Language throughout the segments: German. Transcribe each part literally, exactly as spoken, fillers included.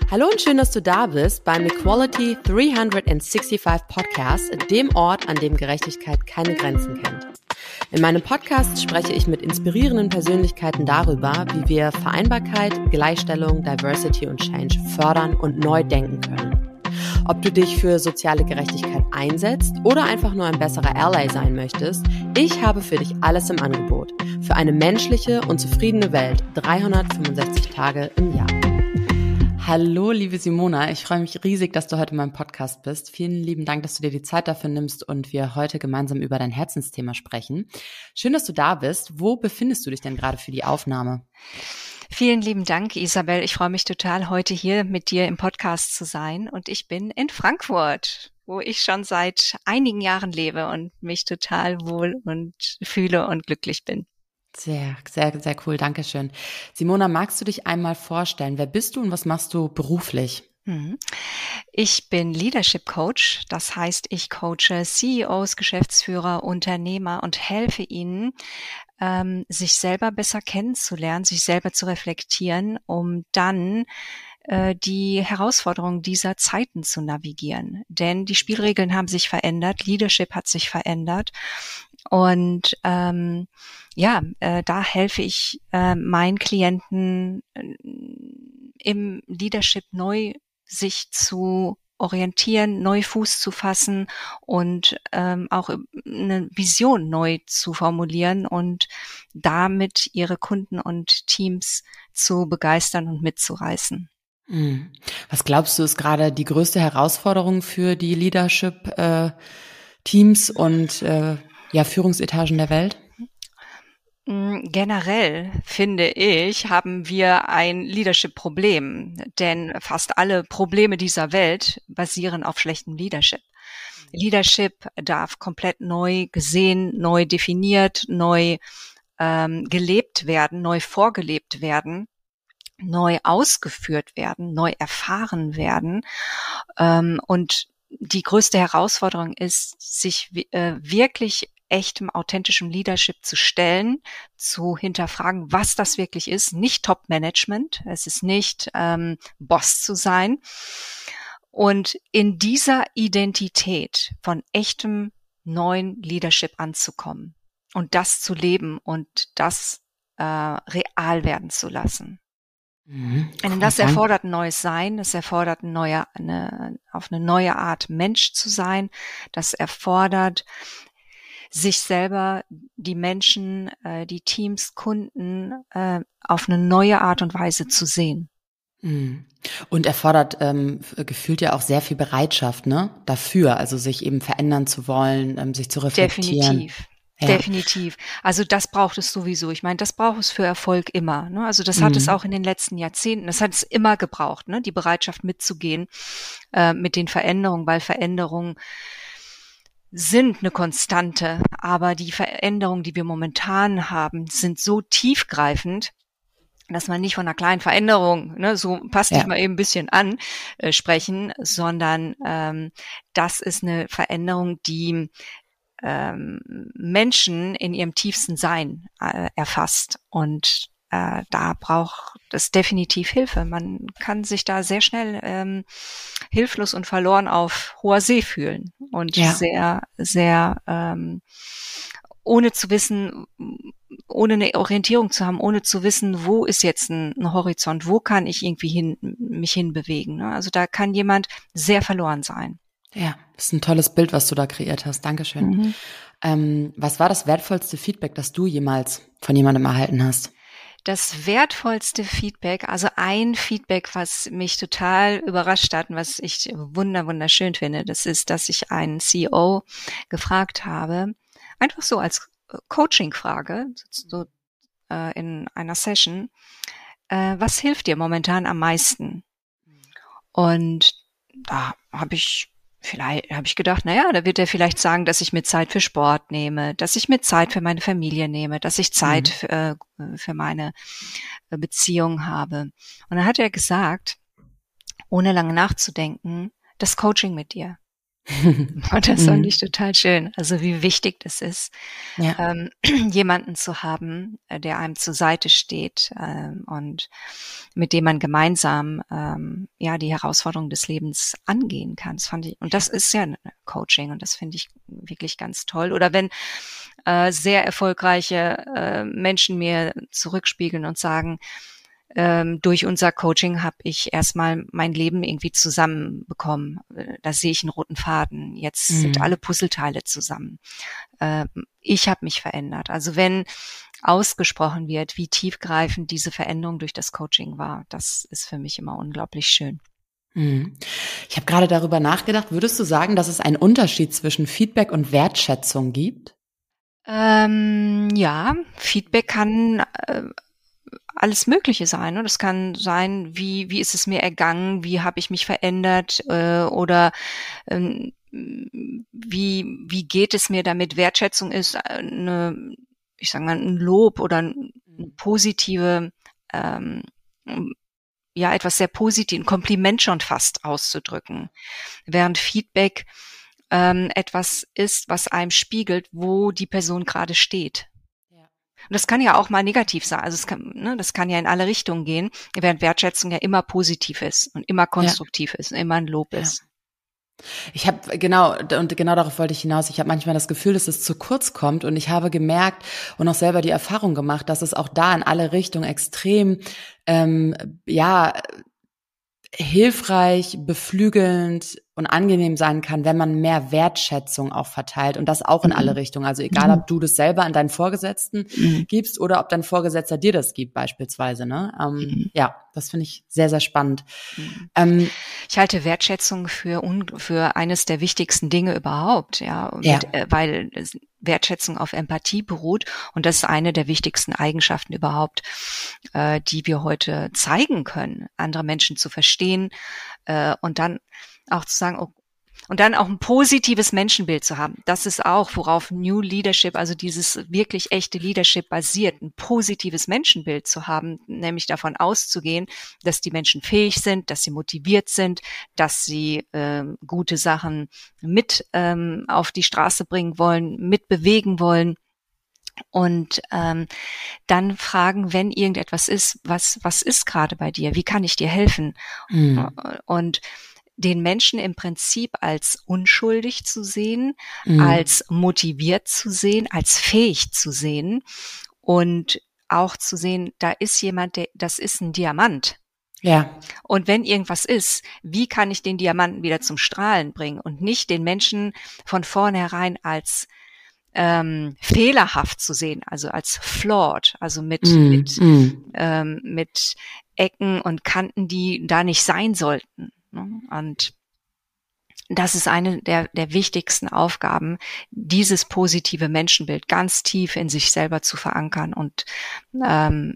Hallo und schön, dass du da bist beim Equality dreihundertfünfundsechzig Podcast, dem Ort, an dem Gerechtigkeit keine Grenzen kennt. In meinem Podcast spreche ich mit inspirierenden Persönlichkeiten darüber, wie wir Vereinbarkeit, Gleichstellung, Diversity und Change fördern und neu denken können. Ob du dich für soziale Gerechtigkeit einsetzt oder einfach nur ein besserer Ally sein möchtest, ich habe für dich alles im Angebot. Für eine menschliche und zufriedene Welt dreihundertfünfundsechzig Tage im Jahr. Hallo, liebe Simona, ich freue mich riesig, dass du heute in meinem Podcast bist. Vielen lieben Dank, dass du dir die Zeit dafür nimmst und wir heute gemeinsam über dein Herzensthema sprechen. Schön, dass du da bist. Wo befindest du dich denn gerade für die Aufnahme? Vielen lieben Dank, Isabel. Ich freue mich total, heute hier mit dir im Podcast zu sein. Und ich bin in Frankfurt, wo ich schon seit einigen Jahren lebe und mich total wohl und fühle und glücklich bin. Sehr, sehr, sehr cool. Dankeschön. Simona, magst du dich einmal vorstellen? Wer bist du und was machst du beruflich? Ich bin Leadership Coach. Das heißt, ich coache C E Os, Geschäftsführer, Unternehmer und helfe ihnen, ähm, sich selber besser kennenzulernen, sich selber zu reflektieren, um dann äh, die Herausforderungen dieser Zeiten zu navigieren. Denn die Spielregeln haben sich verändert, Leadership hat sich verändert. Und ähm, ja, äh, da helfe ich äh, meinen Klienten äh, im Leadership neu sich zu orientieren, neu Fuß zu fassen und ähm, auch eine Vision neu zu formulieren und damit ihre Kunden und Teams zu begeistern und mitzureißen. Was glaubst du, ist gerade die größte Herausforderung für die Leadership-Teams und äh, ja, Führungsetagen der Welt? Generell, finde ich, haben wir ein Leadership-Problem, denn fast alle Probleme dieser Welt basieren auf schlechtem Leadership. Leadership darf komplett neu gesehen, neu definiert, neu ähm, gelebt werden, neu vorgelebt werden, neu ausgeführt werden, neu erfahren werden. Ähm, und die größte Herausforderung ist, sich äh, wirklich echtem, authentischem Leadership zu stellen, zu hinterfragen, was das wirklich ist. Nicht Top-Management, es ist nicht ähm, Boss zu sein. Und in dieser Identität von echtem, neuen Leadership anzukommen und das zu leben und das äh, real werden zu lassen. Mhm, cool, das erfordert ein neues Sein, es erfordert ein neuer, eine, auf eine neue Art Mensch zu sein. Das erfordert sich selber, die Menschen, äh, die Teams, Kunden äh, auf eine neue Art und Weise zu sehen. Und erfordert ähm, gefühlt ja auch sehr viel Bereitschaft, ne? Dafür, also sich eben verändern zu wollen, ähm, sich zu reflektieren. Definitiv. Ja. Definitiv. Also das braucht es sowieso. Ich meine, das braucht es für Erfolg immer. Ne? Also das hat mhm. es auch in den letzten Jahrzehnten, das hat es immer gebraucht, ne? Die Bereitschaft mitzugehen äh, mit den Veränderungen, weil Veränderungen sind eine Konstante, aber die Veränderungen, die wir momentan haben, sind so tiefgreifend, dass man nicht von einer kleinen Veränderung, ne, so passt dich ja. mal eben ein bisschen an, äh, sprechen, sondern ähm, das ist eine Veränderung, die ähm, Menschen in ihrem tiefsten Sein äh, erfasst. Und äh, da braucht es definitiv Hilfe. Man kann sich da sehr schnell ähm, hilflos und verloren auf hoher See fühlen und ja. sehr, sehr ähm, ohne zu wissen, ohne eine Orientierung zu haben, ohne zu wissen, wo ist jetzt ein, ein Horizont, wo kann ich irgendwie hin, mich hinbewegen. Ne? Also da kann jemand sehr verloren sein. Ja, das ist ein tolles Bild, was du da kreiert hast. Dankeschön. Mhm. Ähm, was war das wertvollste Feedback, das du jemals von jemandem erhalten hast? Das wertvollste Feedback, also ein Feedback, was mich total überrascht hat und was ich wunder, wunderschön finde, das ist, dass ich einen C E O gefragt habe, einfach so als Coaching-Frage, so äh, in einer Session, äh, was hilft dir momentan am meisten? Und da habe ich Vielleicht habe ich gedacht, na ja, da wird er vielleicht sagen, dass ich mir Zeit für Sport nehme, dass ich mir Zeit für meine Familie nehme, dass ich Zeit mhm. für, äh, für meine Beziehung habe. Und dann hat er gesagt, ohne lange nachzudenken, das Coaching mit dir. Und das fand Mhm. ich total schön. Also wie wichtig das ist, Ja. ähm, jemanden zu haben, äh, der einem zur Seite steht, ähm, und mit dem man gemeinsam ähm, ja die Herausforderungen des Lebens angehen kann. Das fand ich, und das ist ja ein Coaching, und das finde ich wirklich ganz toll. Oder wenn äh, sehr erfolgreiche äh, Menschen mir zurückspiegeln und sagen, ähm, durch unser Coaching habe ich erstmal mein Leben irgendwie zusammenbekommen. Äh, Da sehe ich einen roten Faden. Jetzt sind alle Mhm. Puzzleteile zusammen. Ähm, ich habe mich verändert. Also wenn ausgesprochen wird, wie tiefgreifend diese Veränderung durch das Coaching war, das ist für mich immer unglaublich schön. Mhm. Ich habe gerade darüber nachgedacht, würdest du sagen, dass es einen Unterschied zwischen Feedback und Wertschätzung gibt? Ähm, ja, Feedback kann äh, alles Mögliche sein. Ne? Das kann sein, wie wie ist es mir ergangen, wie habe ich mich verändert, äh, oder ähm, wie wie geht es mir damit. Wertschätzung ist eine, ich sage mal, ein Lob oder ein, eine positive, ähm, ja, etwas sehr positiv, ein Kompliment schon fast auszudrücken, während Feedback ähm, etwas ist, was einem spiegelt, wo die Person gerade steht. Ja. Und das kann ja auch mal negativ sein. Also es kann, ne, das kann ja in alle Richtungen gehen, während Wertschätzung ja immer positiv ist und immer Ja, konstruktiv ist und immer ein Lob ja. ist. Ich habe genau, und genau darauf wollte ich hinaus. Ich habe manchmal das Gefühl, dass es zu kurz kommt, und ich habe gemerkt und auch selber die Erfahrung gemacht, dass es auch da in alle Richtungen extrem, ähm, ja, hilfreich, beflügelnd und angenehm sein kann, wenn man mehr Wertschätzung auch verteilt, und das auch in alle Mhm. Richtungen. Also egal, Mhm. ob du das selber an deinen Vorgesetzten Mhm. gibst oder ob dein Vorgesetzter dir das gibt beispielsweise. Ne? Ähm, Mhm. ja, das finde ich sehr, sehr spannend. Mhm. Ähm, Ich halte Wertschätzung für un, für eines der wichtigsten Dinge überhaupt, ja, ja. mit, äh, weil Wertschätzung auf Empathie beruht, und das ist eine der wichtigsten Eigenschaften überhaupt, äh, die wir heute zeigen können, andere Menschen zu verstehen, äh, und dann auch zu sagen, oh, und dann auch ein positives Menschenbild zu haben. Das ist auch, worauf New Leadership, also dieses wirklich echte Leadership basiert, ein positives Menschenbild zu haben, nämlich davon auszugehen, dass die Menschen fähig sind, dass sie motiviert sind, dass sie äh, gute Sachen mit ähm, auf die Straße bringen wollen, mitbewegen wollen. Und ähm, dann fragen, wenn irgendetwas ist, was was ist gerade bei dir? Wie kann ich dir helfen? Mm, Und den Menschen im Prinzip als unschuldig zu sehen, mm, als motiviert zu sehen, als fähig zu sehen und auch zu sehen, da ist jemand, der, das ist ein Diamant. ja. Und wenn irgendwas ist, wie kann ich den Diamanten wieder zum Strahlen bringen und nicht den Menschen von vornherein als ähm, fehlerhaft zu sehen, also als flawed, also mit Mm, mit mm, ähm, mit Ecken und Kanten, die da nicht sein sollten. Ne? Und das ist eine der, der wichtigsten Aufgaben, dieses positive Menschenbild ganz tief in sich selber zu verankern und ähm,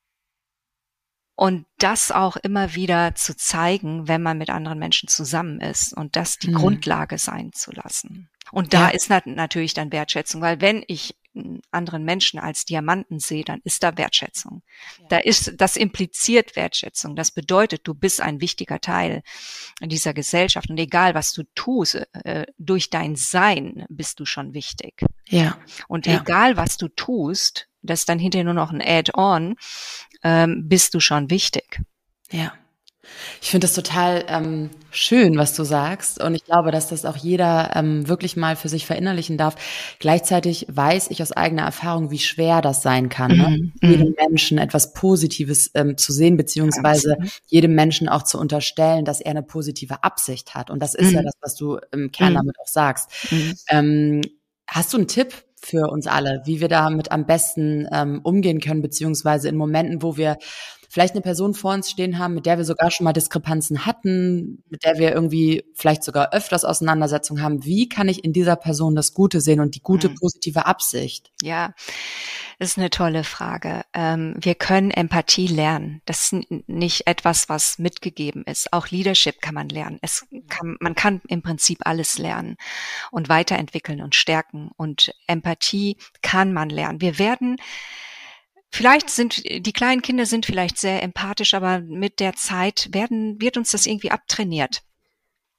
und das auch immer wieder zu zeigen, wenn man mit anderen Menschen zusammen ist, und das die mm. Grundlage sein zu lassen. Und da Ja, ist nat- natürlich dann Wertschätzung, weil wenn ich einen anderen Menschen als Diamanten sehe, dann ist da Wertschätzung. Da ist, das impliziert Wertschätzung. Das bedeutet, du bist ein wichtiger Teil dieser Gesellschaft, und egal was du tust, äh, durch dein Sein bist du schon wichtig. ja, Und ja, egal was du tust, das ist dann hinterher nur noch ein Add-on, ähm, bist du schon wichtig. ja. Ich finde das total ähm, schön, was du sagst. Und ich glaube, dass das auch jeder ähm, wirklich mal für sich verinnerlichen darf. Gleichzeitig weiß ich aus eigener Erfahrung, wie schwer das sein kann, ne? Mhm, Jedem mhm. Menschen etwas Positives ähm, zu sehen, beziehungsweise Absolut. jedem Menschen auch zu unterstellen, dass er eine positive Absicht hat. Und das ist ja Mhm, das, was du im Kern mhm, damit auch sagst. mhm. Ähm, hast du einen Tipp für uns alle, wie wir damit am besten ähm, umgehen können, beziehungsweise in Momenten, wo wir vielleicht eine Person vor uns stehen haben, mit der wir sogar schon mal Diskrepanzen hatten, mit der wir irgendwie vielleicht sogar öfters Auseinandersetzungen haben. Wie kann ich in dieser Person das Gute sehen und die gute, Mhm. positive Absicht? Ja, das ist eine tolle Frage. Ähm, wir können Empathie lernen. Das ist n- nicht etwas, was mitgegeben ist. Auch Leadership kann man lernen. Es kann, man kann im Prinzip alles lernen und weiterentwickeln und stärken. Und Empathie kann man lernen. Wir werden Vielleicht sind die kleinen Kinder sind vielleicht sehr empathisch, aber mit der Zeit werden wird uns das irgendwie abtrainiert.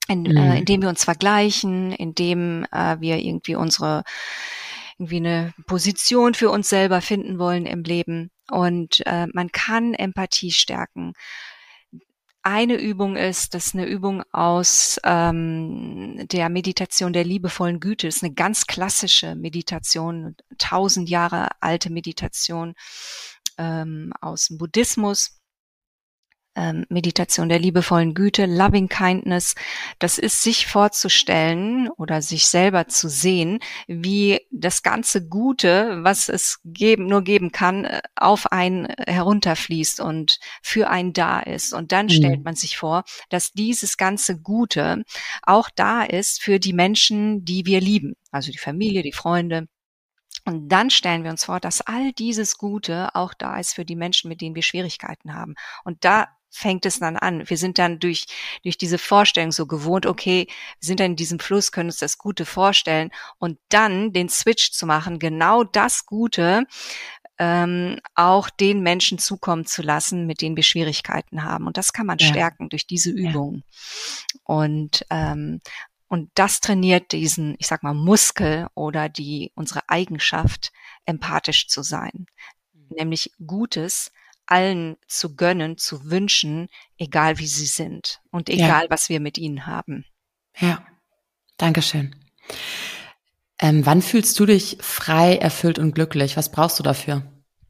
in, Mhm. äh, indem wir uns vergleichen, indem äh, wir irgendwie unsere irgendwie eine Position für uns selber finden wollen im Leben. Und äh, man kann Empathie stärken. Eine Übung ist, das ist eine Übung aus ähm, der Meditation der liebevollen Güte. Das ist eine ganz klassische Meditation, tausend Jahre alte Meditation ähm, aus dem Buddhismus. Ähm, Meditation der liebevollen Güte, Loving Kindness, das ist sich vorzustellen oder sich selber zu sehen, wie das ganze Gute, was es geben, nur geben kann, auf einen herunterfließt und für einen da ist. Und dann Mhm. stellt man sich vor, dass dieses ganze Gute auch da ist für die Menschen, die wir lieben, also die Familie, die Freunde. Und dann stellen wir uns vor, dass all dieses Gute auch da ist für die Menschen, mit denen wir Schwierigkeiten haben. Und da fängt es dann an. Wir sind dann durch, durch diese Vorstellung so gewohnt, okay, wir sind dann in diesem Fluss, können uns das Gute vorstellen und dann den Switch zu machen, genau das Gute ähm, auch den Menschen zukommen zu lassen, mit denen wir Schwierigkeiten haben. Und das kann man Ja. stärken durch diese Ja. Übung. Und ähm, Und das trainiert diesen, ich sag mal, Muskel oder die, unsere Eigenschaft, empathisch zu sein. Nämlich Gutes allen zu gönnen, zu wünschen, egal wie sie sind und egal, Ja. was wir mit ihnen haben. Ja, Dankeschön. Ähm, wann fühlst du dich frei, erfüllt und glücklich? Was brauchst du dafür?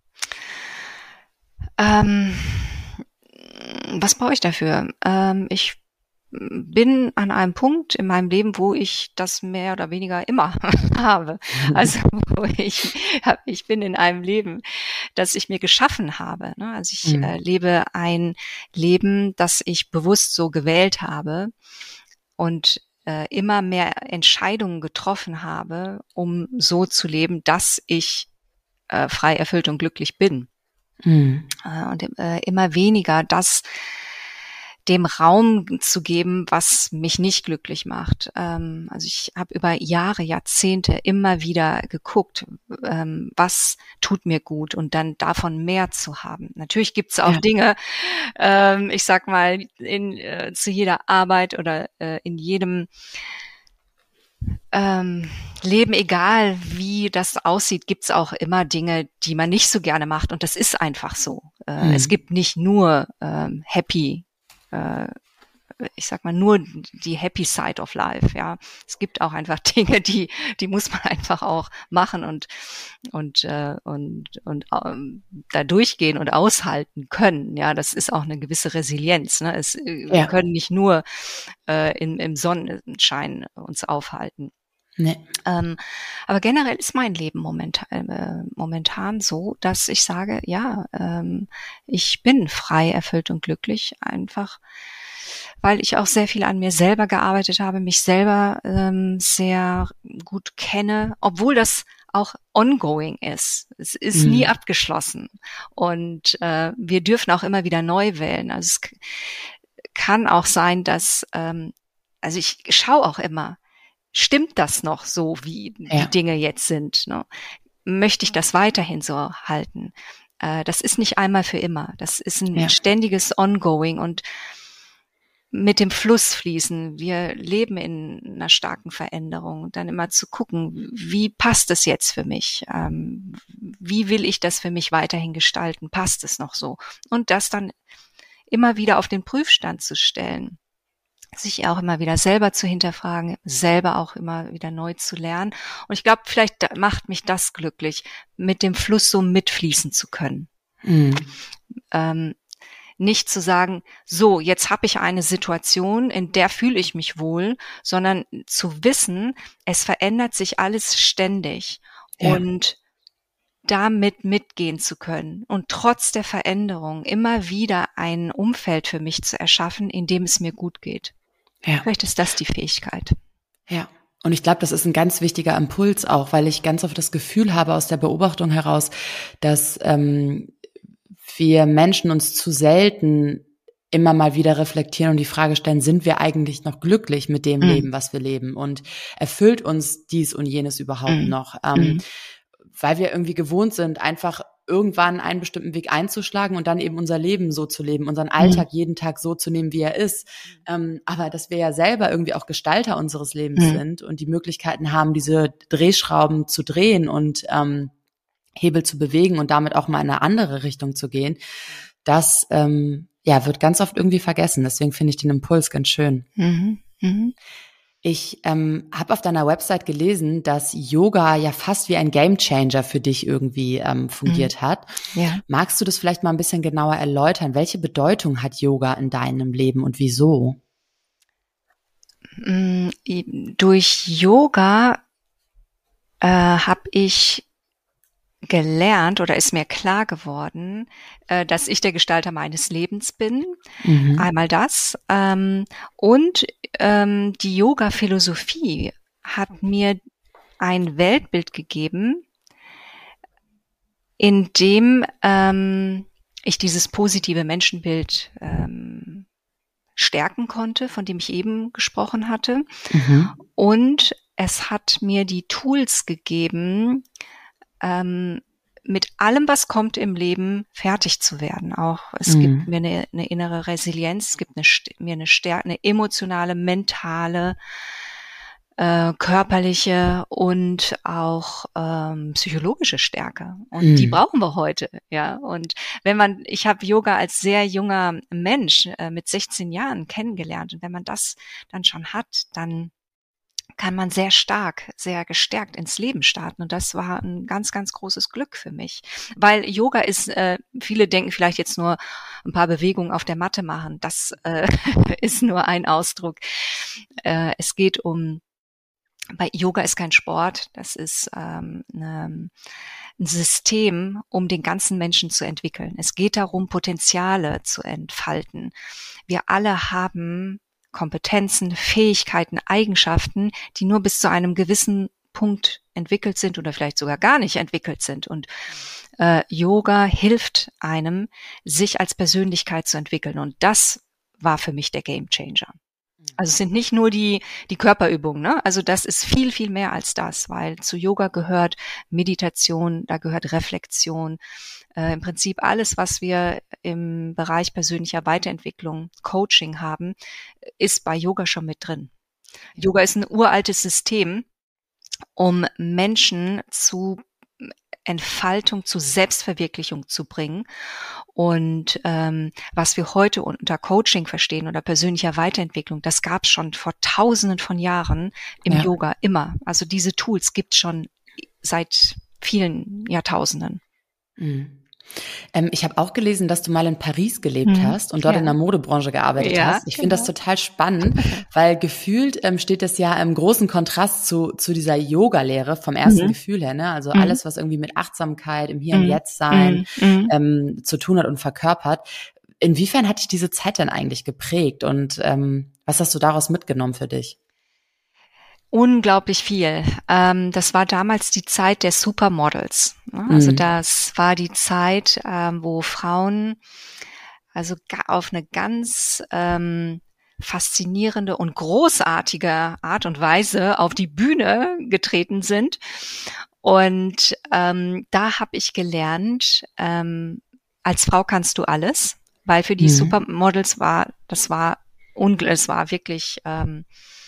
Ähm, was brauche ich dafür? Ähm, ich bin an einem Punkt in meinem Leben, wo ich das mehr oder weniger immer habe. Also wo ich ich bin in einem Leben, das ich mir geschaffen habe. Ne? Also ich Mhm. äh, lebe ein Leben, das ich bewusst so gewählt habe und äh, immer mehr Entscheidungen getroffen habe, um so zu leben, dass ich äh, frei, erfüllt und glücklich bin. Mhm. Äh, und äh, immer weniger das dem Raum zu geben, was mich nicht glücklich macht. Ähm, also ich habe über Jahre, Jahrzehnte immer wieder geguckt, ähm, was tut mir gut und dann davon mehr zu haben. Natürlich gibt's auch Ja. Dinge, ähm, ich sag mal, in, äh, zu jeder Arbeit oder äh, in jedem ähm, Leben, egal wie das aussieht, gibt's auch immer Dinge, die man nicht so gerne macht und das ist einfach so. Äh, Mhm. Es gibt nicht nur ähm, happy ich sag mal, nur die happy side of life, ja. Es gibt auch einfach Dinge, die, die muss man einfach auch machen und, und, äh, und, und ähm, da durchgehen und aushalten können, ja. Das ist auch eine gewisse Resilienz, ne. Es, äh, wir Ja. können nicht nur äh, im, im Sonnenschein uns aufhalten. Nee. Ähm, aber generell ist mein Leben momentan, äh, momentan so, dass ich sage, ja, ähm, ich bin frei, erfüllt und glücklich, einfach weil ich auch sehr viel an mir selber gearbeitet habe, mich selber ähm, sehr gut kenne, obwohl das auch ongoing ist. Es ist Mhm. nie abgeschlossen und äh, wir dürfen auch immer wieder neu wählen. Also es k- kann auch sein, dass, ähm, also ich schaue auch immer, stimmt das noch so, wie Ja. die Dinge jetzt sind? Ne? Möchte ich das weiterhin so halten? Äh, das ist nicht einmal für immer. Das ist ein Ja. ständiges Ongoing und mit dem Fluss fließen. Wir leben in einer starken Veränderung. Dann immer zu gucken, wie passt es jetzt für mich? Ähm, wie will ich das für mich weiterhin gestalten? Passt es noch so? Und das dann immer wieder auf den Prüfstand zu stellen. Sich auch immer wieder selber zu hinterfragen, selber auch immer wieder neu zu lernen. Und ich glaube, vielleicht macht mich das glücklich, mit dem Fluss so mitfließen zu können. Mhm. Ähm, nicht zu sagen, so, jetzt habe ich eine Situation, in der fühle ich mich wohl, sondern zu wissen, es verändert sich alles ständig Ja. und damit mitgehen zu können und trotz der Veränderung immer wieder ein Umfeld für mich zu erschaffen, in dem es mir gut geht. Ja. Vielleicht ist das die Fähigkeit. Ja. Und ich glaube, das ist ein ganz wichtiger Impuls auch, weil ich ganz oft das Gefühl habe aus der Beobachtung heraus, dass ähm, wir Menschen uns zu selten immer mal wieder reflektieren und die Frage stellen, sind wir eigentlich noch glücklich mit dem Mm. Leben, was wir leben? Und erfüllt uns dies und jenes überhaupt Mm. noch? Ähm, Mm. weil wir irgendwie gewohnt sind, einfach irgendwann einen bestimmten Weg einzuschlagen und dann eben unser Leben so zu leben, unseren Alltag mhm. jeden Tag so zu nehmen, wie er ist. Ähm, aber dass wir ja selber irgendwie auch Gestalter unseres Lebens mhm. sind und die Möglichkeiten haben, diese Drehschrauben zu drehen und ähm, Hebel zu bewegen und damit auch mal in eine andere Richtung zu gehen, das ähm, ja wird ganz oft irgendwie vergessen. Deswegen finde ich den Impuls ganz schön. Mhm. Mhm. Ich ähm, habe auf deiner Website gelesen, dass Yoga ja fast wie ein Gamechanger für dich irgendwie ähm, fungiert mhm. hat. Ja. Magst du das vielleicht mal ein bisschen genauer erläutern? Welche Bedeutung hat Yoga in deinem Leben und wieso? Durch Yoga äh, habe ich gelernt oder ist mir klar geworden, äh, dass ich der Gestalter meines Lebens bin. Mhm. Einmal das. Ähm, und ähm, die Yoga-Philosophie hat mir ein Weltbild gegeben, in dem ähm, ich dieses positive Menschenbild ähm, stärken konnte, von dem ich eben gesprochen hatte. Mhm. Und es hat mir die Tools gegeben, ähm, mit allem, was kommt im Leben, fertig zu werden. Auch es mhm. gibt mir eine, eine innere Resilienz, es gibt eine, mir eine Stärke, eine emotionale, mentale, äh, körperliche und auch ähm, psychologische Stärke. Und mhm. die brauchen wir heute, ja. Und wenn man, ich habe Yoga als sehr junger Mensch äh, mit sechzehn Jahren kennengelernt. Und wenn man das dann schon hat, dann kann man sehr stark, sehr gestärkt ins Leben starten. Und das war ein ganz, ganz großes Glück für mich. Weil Yoga ist, äh, viele denken vielleicht jetzt nur ein paar Bewegungen auf der Matte machen. Das äh, ist nur ein Ausdruck. Äh, es geht um, bei Yoga ist kein Sport, das ist ähm, eine, ein System, um den ganzen Menschen zu entwickeln. Es geht darum, Potenziale zu entfalten. Wir alle haben Kompetenzen, Fähigkeiten, Eigenschaften, die nur bis zu einem gewissen Punkt entwickelt sind oder vielleicht sogar gar nicht entwickelt sind. Und äh, Yoga hilft einem, sich als Persönlichkeit zu entwickeln. Und das war für mich der Gamechanger. Also es sind nicht nur die die Körperübungen, ne? Also das ist viel, viel mehr als das, weil zu Yoga gehört Meditation, da gehört Reflexion, äh, im Prinzip alles, was wir im Bereich persönlicher Weiterentwicklung, Coaching haben, ist bei Yoga schon mit drin. Yoga ist ein uraltes System, um Menschen zu Entfaltung, zu Selbstverwirklichung zu bringen. Und ähm, was wir heute unter Coaching verstehen oder persönlicher Weiterentwicklung, das gab es schon vor Tausenden von Jahren im ja. Yoga immer. Also diese Tools gibt es schon seit vielen Jahrtausenden. Mhm. Ähm, ich habe auch gelesen, dass du mal in Paris gelebt mhm. hast und dort ja. in der Modebranche gearbeitet ja, hast. Ich genau. finde das total spannend, weil gefühlt ähm, steht das ja im großen Kontrast zu zu dieser Yoga-Lehre vom ersten mhm. Gefühl her, ne? Also mhm. alles, was irgendwie mit Achtsamkeit, im Hier und Jetzt sein mhm. ähm, zu tun hat und verkörpert. Inwiefern hat dich diese Zeit denn eigentlich geprägt und ähm, was hast du daraus mitgenommen für dich? Unglaublich viel. Ähm, das war damals die Zeit der Supermodels. Ne? Also mhm. das war die Zeit, ähm, wo Frauen also auf eine ganz ähm, faszinierende und großartige Art und Weise auf die Bühne getreten sind. Und ähm, da habe ich gelernt, ähm, als Frau kannst du alles, weil für die mhm. Supermodels war, das war, ungl- es war wirklich ähm,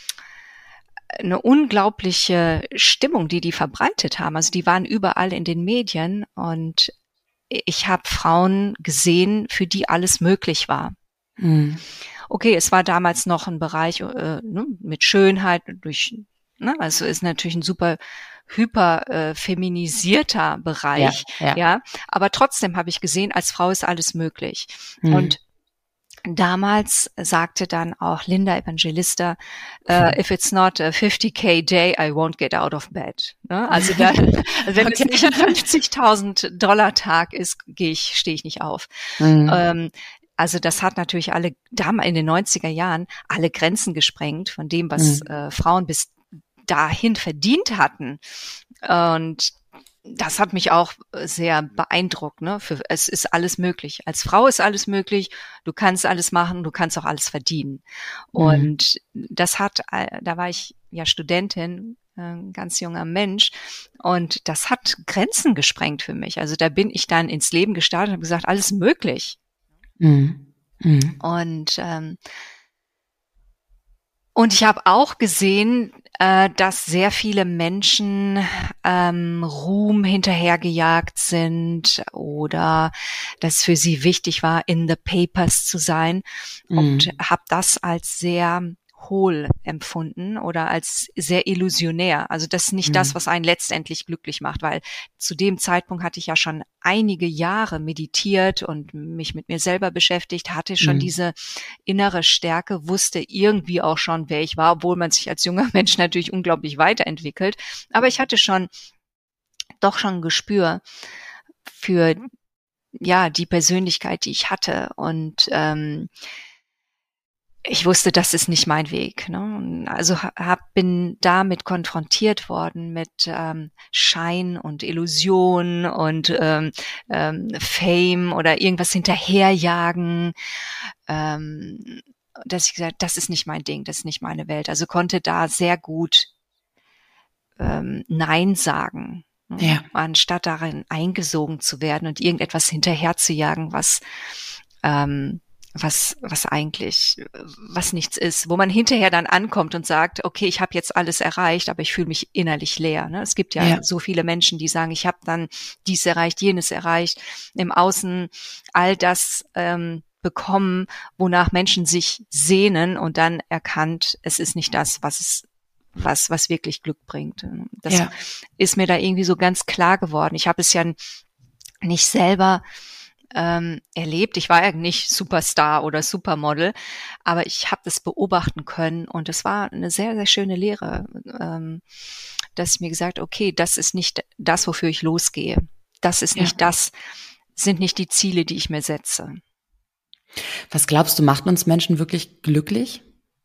eine unglaubliche Stimmung, die die verbreitet haben. Also die waren überall in den Medien und ich habe Frauen gesehen, für die alles möglich war. Mhm. Okay, es war damals noch ein Bereich äh, ne, mit Schönheit, durch, ne, also ist natürlich ein super hyper äh, feminisierter Bereich, ja, ja. ja. Aber trotzdem habe ich gesehen, als Frau ist alles möglich. Mhm. Und damals sagte dann auch Linda Evangelista, uh, if it's not a fifty K day, I won't get out of bed. Ne? Also da, wenn okay. es nicht ein fünfzigtausend Dollar Tag ist, gehe ich, stehe ich nicht auf. Mhm. Ähm, also das hat natürlich alle, damals in den neunziger Jahren, alle Grenzen gesprengt von dem, was mhm. äh, Frauen bis dahin verdient hatten. Und das hat mich auch sehr beeindruckt, ne? Für, es ist alles möglich. Als Frau ist alles möglich. Du kannst alles machen, du kannst auch alles verdienen. Mhm. Und das hat, da war ich ja Studentin, ein ganz junger Mensch. Und das hat Grenzen gesprengt für mich. Also da bin ich dann ins Leben gestartet und habe gesagt, alles möglich. Mhm. Mhm. Und ähm, und ich habe auch gesehen, äh, dass sehr viele Menschen ähm, Ruhm hinterhergejagt sind oder dass für sie wichtig war, in the papers zu sein, und Mhm. habe das als sehr hohl empfunden oder als sehr illusionär. Also das ist nicht das, Mhm. was einen letztendlich glücklich macht, weil zu dem Zeitpunkt hatte ich ja schon einige Jahre meditiert und mich mit mir selber beschäftigt, hatte schon Mhm. diese innere Stärke, wusste irgendwie auch schon, wer ich war, obwohl man sich als junger Mensch natürlich unglaublich weiterentwickelt. Aber ich hatte schon, doch schon ein Gespür für, ja, die Persönlichkeit, die ich hatte. Und ähm, ich wusste, das ist nicht mein Weg. Ne? Also hab, bin damit konfrontiert worden mit ähm, Schein und Illusion und ähm, ähm, Fame oder irgendwas hinterherjagen. Ähm, dass ich gesagt, das ist nicht mein Ding, das ist nicht meine Welt. Also konnte da sehr gut ähm, Nein sagen, ne? Ja. Anstatt darin eingesogen zu werden und irgendetwas hinterher zu jagen, was ähm, was was eigentlich was nichts ist, wo man hinterher dann ankommt und sagt, okay, ich habe jetzt alles erreicht, aber ich fühle mich innerlich leer. Ne? Es gibt ja, Ja. so viele Menschen, die sagen, ich habe dann dies erreicht, jenes erreicht, im Außen all das ähm, bekommen, wonach Menschen sich sehnen, und dann erkannt, es ist nicht das, was es was was wirklich Glück bringt. Das Ja. ist mir da irgendwie so ganz klar geworden. Ich habe es ja nicht selber ähm, erlebt. Ich war ja nicht Superstar oder Supermodel, aber ich habe das beobachten können, und es war eine sehr, sehr schöne Lehre, ähm, dass ich mir gesagt, okay, das ist nicht das, wofür ich losgehe. Das ist Ja. nicht das, sind nicht die Ziele, die ich mir setze. Was glaubst du, macht uns Menschen wirklich glücklich?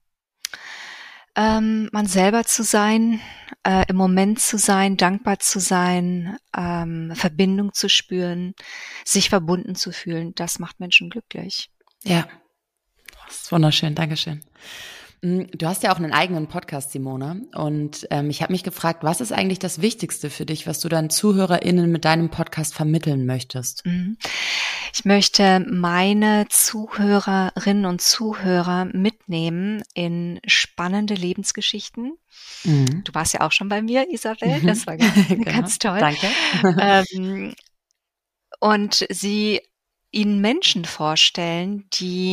Ähm, man selber zu sein, äh, im Moment zu sein, dankbar zu sein, ähm, Verbindung zu spüren, sich verbunden zu fühlen, das macht Menschen glücklich. Ja, das ist wunderschön, Dankeschön. Du hast ja auch einen eigenen Podcast, Simone, und ähm, ich habe mich gefragt, was ist eigentlich das Wichtigste für dich, was du deinen ZuhörerInnen mit deinem Podcast vermitteln möchtest? Mhm. Ich möchte meine Zuhörerinnen und Zuhörer mitnehmen in spannende Lebensgeschichten. Mhm. Du warst ja auch schon bei mir, Isabel, Mhm. das war ganz, Genau. ganz toll. Danke. Ähm, und sie ihnen Menschen vorstellen, die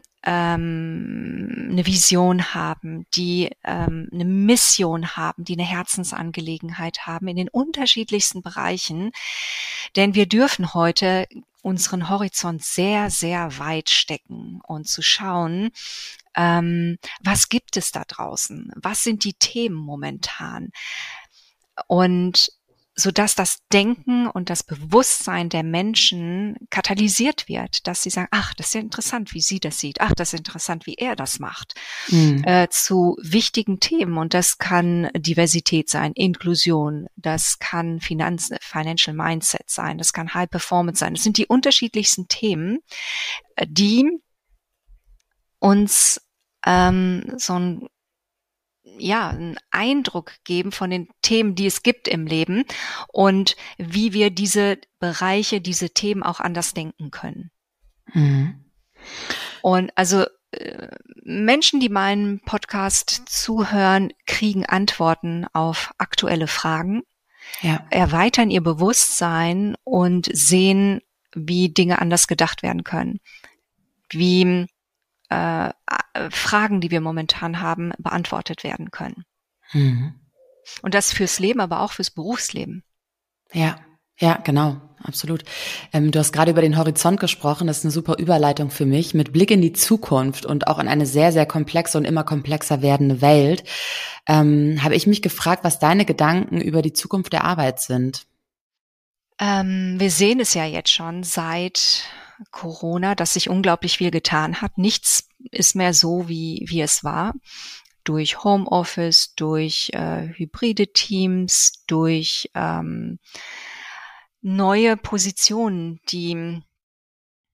ähm, eine Vision haben, die ähm, eine Mission haben, die eine Herzensangelegenheit haben in den unterschiedlichsten Bereichen. Denn wir dürfen heute unseren Horizont sehr, sehr weit stecken und zu schauen, ähm, was gibt es da draußen? Was sind die Themen momentan? Und so dass das Denken und das Bewusstsein der Menschen katalysiert wird, dass sie sagen, ach, das ist ja interessant, wie sie das sieht, ach, das ist interessant, wie er das macht, Mhm. äh, zu wichtigen Themen. Und das kann Diversität sein, Inklusion, das kann Finanz, Financial Mindset sein, das kann High Performance sein. Das sind die unterschiedlichsten Themen, die uns ähm, so ein ja, einen Eindruck geben von den Themen, die es gibt im Leben und wie wir diese Bereiche, diese Themen auch anders denken können. Mhm. Und also äh, Menschen, die meinem Podcast zuhören, kriegen Antworten auf aktuelle Fragen, Ja. erweitern ihr Bewusstsein und sehen, wie Dinge anders gedacht werden können, wie äh, Fragen, die wir momentan haben, beantwortet werden können. Mhm. Und das fürs Leben, aber auch fürs Berufsleben. Ja, ja, genau, absolut. Ähm, du hast gerade über den Horizont gesprochen, das ist eine super Überleitung für mich. Mit Blick in die Zukunft und auch in eine sehr, sehr komplexe und immer komplexer werdende Welt, ähm, habe ich mich gefragt, was deine Gedanken über die Zukunft der Arbeit sind. Ähm, wir sehen es ja jetzt schon seit Corona, dass sich unglaublich viel getan hat. Nichts ist mehr so, wie, wie es war. Durch Homeoffice, durch äh, hybride Teams, durch ähm, neue Positionen, die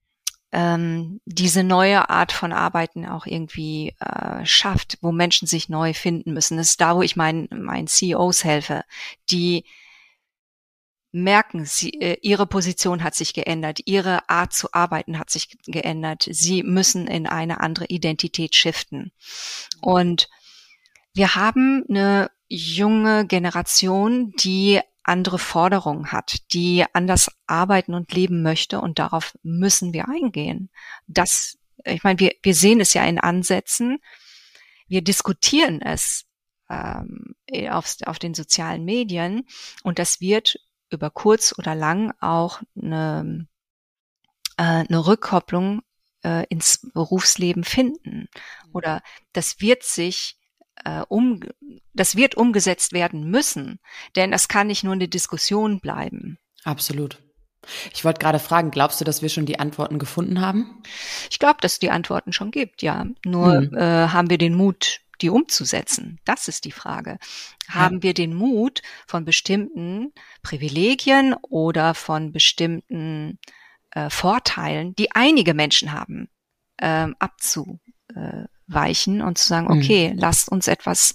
ähm, diese neue Art von Arbeiten auch irgendwie äh, schafft, wo Menschen sich neu finden müssen. Das ist da, wo ich meinen meinen C E Os helfe, die merken, sie, äh, ihre Position hat sich geändert, ihre Art zu arbeiten hat sich geändert. Sie müssen in eine andere Identität shiften. Und wir haben eine junge Generation, die andere Forderungen hat, die anders arbeiten und leben möchte, und darauf müssen wir eingehen. Das, ich meine, wir, wir sehen es ja in Ansätzen, wir diskutieren es ähm, auf, auf den sozialen Medien, und das wird über kurz oder lang auch eine, äh, eine Rückkopplung äh, ins Berufsleben finden. Oder das wird sich äh, um, das wird umgesetzt werden müssen, denn das kann nicht nur eine Diskussion bleiben. Absolut. Ich wollte gerade fragen, glaubst du, dass wir schon die Antworten gefunden haben? Ich glaube, dass es die Antworten schon gibt, ja. Nur hm. äh, haben wir den Mut, die umzusetzen? Das ist die Frage. Haben ja. wir den Mut, von bestimmten Privilegien oder von bestimmten äh, Vorteilen, die einige Menschen haben, ähm, abzuweichen und zu sagen, okay, mhm. lasst uns etwas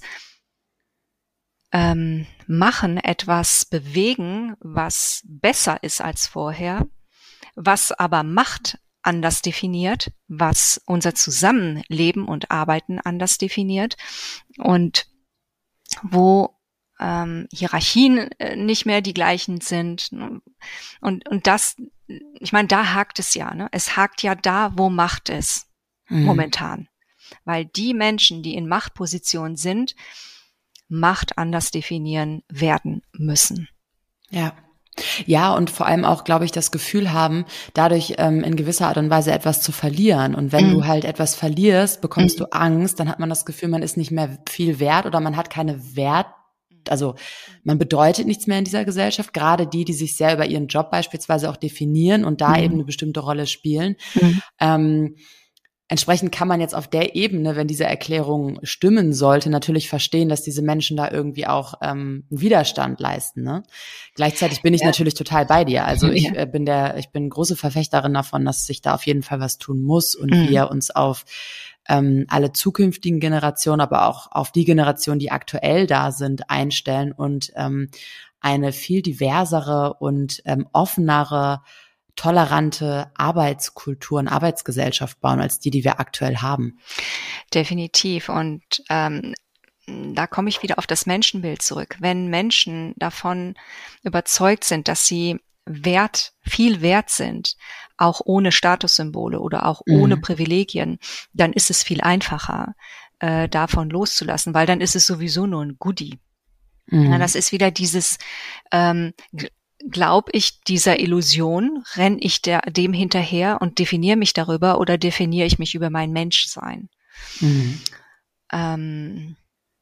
ähm, machen, etwas bewegen, was besser ist als vorher, was aber Macht anders definiert, was unser Zusammenleben und Arbeiten anders definiert und wo ähm, Hierarchien äh, nicht mehr die gleichen sind. Und, und das, ich meine, da hakt es ja. Ne? Es hakt ja da, wo Macht ist, mhm. momentan. Weil die Menschen, die in Machtpositionen sind, Macht anders definieren werden müssen. Ja. Ja, und vor allem auch, glaube ich, das Gefühl haben, dadurch ähm, in gewisser Art und Weise etwas zu verlieren. Und wenn mm. du halt etwas verlierst, bekommst mm. du Angst, dann hat man das Gefühl, man ist nicht mehr viel wert oder man hat keine Wert, also man bedeutet nichts mehr in dieser Gesellschaft. Gerade die, die sich sehr über ihren Job beispielsweise auch definieren und da mm. eben eine bestimmte Rolle spielen. Mm. Ähm, Entsprechend kann man jetzt auf der Ebene, wenn diese Erklärung stimmen sollte, natürlich verstehen, dass diese Menschen da irgendwie auch ähm, einen Widerstand leisten. Ne? Gleichzeitig bin ich ja. natürlich total bei dir. Also ich ja. äh, bin der, ich bin große Verfechterin davon, dass sich da auf jeden Fall was tun muss und mhm. wir uns auf ähm, alle zukünftigen Generationen, aber auch auf die Generationen, die aktuell da sind, einstellen und ähm, eine viel diversere und ähm, offenere, tolerante Arbeitskultur und Arbeitsgesellschaft bauen als die, die wir aktuell haben. Definitiv. Und ähm, da komme ich wieder auf das Menschenbild zurück. Wenn Menschen davon überzeugt sind, dass sie wert, viel wert sind, auch ohne Statussymbole oder auch mhm. ohne Privilegien, dann ist es viel einfacher, äh, davon loszulassen, weil dann ist es sowieso nur ein Goodie. Mhm. Ja, das ist wieder dieses ähm, Glaub ich dieser Illusion, renn ich der, dem hinterher und definiere mich darüber oder definiere ich mich über mein Menschsein? Mhm. Ähm,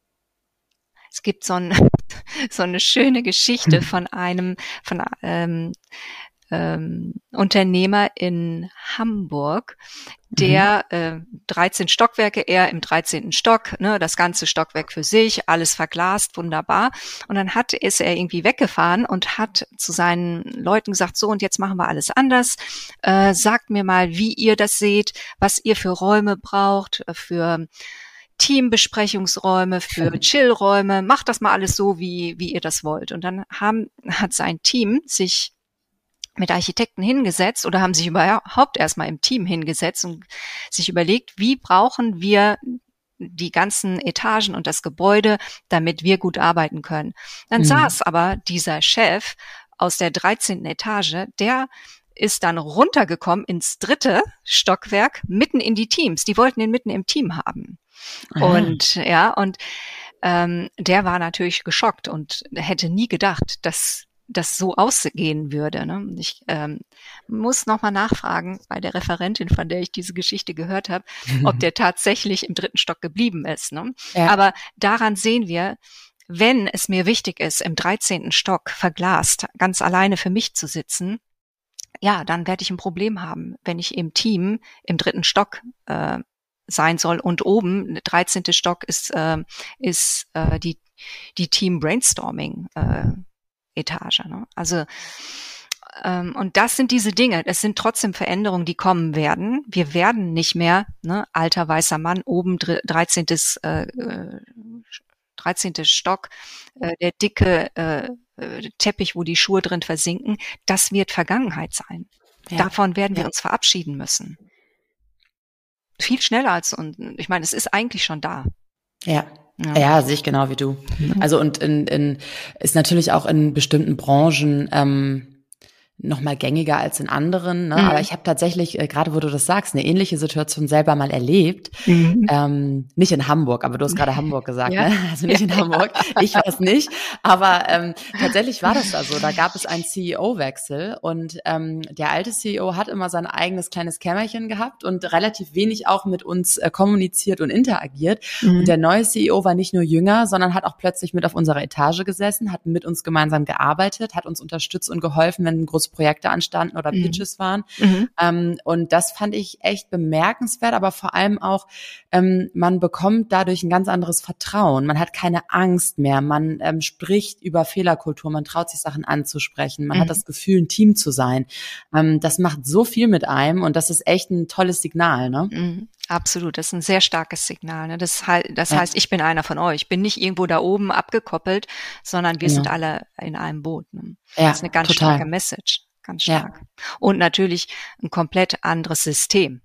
es gibt so, ein, so eine schöne Geschichte von einem von ähm, ähm, Unternehmer in Hamburg, der mhm. äh, dreizehn Stockwerke, er im dreizehnten Stock, ne, das ganze Stockwerk für sich, alles verglast, wunderbar. Und dann hat ist er irgendwie weggefahren und hat zu seinen Leuten gesagt, so, und jetzt machen wir alles anders. Äh, sagt mir mal, wie ihr das seht, was ihr für Räume braucht, für Teambesprechungsräume, für Chillräume. Macht das mal alles so, wie wie ihr das wollt. Und dann haben hat sein Team sich mit Architekten hingesetzt oder haben sich überhaupt erstmal im Team hingesetzt und sich überlegt, wie brauchen wir die ganzen Etagen und das Gebäude, damit wir gut arbeiten können. Dann mhm. saß aber dieser Chef aus der dreizehnten Etage, der ist dann runtergekommen ins dritte Stockwerk, mitten in die Teams. Die wollten ihn mitten im Team haben. Aha. Und ja, und ähm, der war natürlich geschockt und hätte nie gedacht, dass das so ausgehen würde. Ne? Ich ähm, muss nochmal nachfragen bei der Referentin, von der ich diese Geschichte gehört habe, ob der tatsächlich im dritten Stock geblieben ist. Ne? Ja. Aber daran sehen wir, wenn es mir wichtig ist, im dreizehnten Stock verglast, ganz alleine für mich zu sitzen, ja, dann werde ich ein Problem haben, wenn ich im Team im dritten Stock äh, sein soll und oben, der dreizehnte Stock ist, äh, ist äh, die, die Team Brainstorming äh, Etage. Ne? Also ähm, und das sind diese Dinge. Es sind trotzdem Veränderungen, die kommen werden. Wir werden nicht mehr, ne, alter weißer Mann, oben dreizehntes Äh, dreizehnte Stock, äh, der dicke äh, Teppich, wo die Schuhe drin versinken. Das wird Vergangenheit sein. Ja. Davon werden wir ja. uns verabschieden müssen. Viel schneller als, und ich meine, es ist eigentlich schon da. Ja. Ja, ja, sehe ich genau wie du. Also und in, in ist natürlich auch in bestimmten Branchen ähm, noch mal gängiger als in anderen, ne? Mhm. Aber ich habe tatsächlich, äh, gerade wo du das sagst, eine ähnliche Situation selber mal erlebt. Mhm. Ähm, nicht in Hamburg, aber du hast gerade Hamburg gesagt, ja. ne? Also nicht in Hamburg. Ich war es nicht. Aber ähm, tatsächlich war das da so. Da gab es einen C E O-Wechsel und ähm, der alte C E O hat immer sein eigenes kleines Kämmerchen gehabt und relativ wenig auch mit uns äh, kommuniziert und interagiert. Mhm. Und der neue C E O war nicht nur jünger, sondern hat auch plötzlich mit auf unserer Etage gesessen, hat mit uns gemeinsam gearbeitet, hat uns unterstützt und geholfen, wenn ein großes Projekte anstanden oder Pitches mhm. waren. Mhm. Ähm, und das fand ich echt bemerkenswert, aber vor allem auch, ähm, man bekommt dadurch ein ganz anderes Vertrauen. Man hat keine Angst mehr. Man ähm, spricht über Fehlerkultur. Man traut sich Sachen anzusprechen. Man mhm. hat das Gefühl, ein Team zu sein. Ähm, das macht so viel mit einem und das ist echt ein tolles Signal, ne? Mhm. Absolut, das ist ein sehr starkes Signal. Ne? Das, he- das ja. heißt, ich bin einer von euch. Ich bin nicht irgendwo da oben abgekoppelt, sondern wir genau. sind alle in einem Boot. Ne? Ja, das ist eine ganz total. starke Message, ganz stark. Ja. Und natürlich ein komplett anderes System.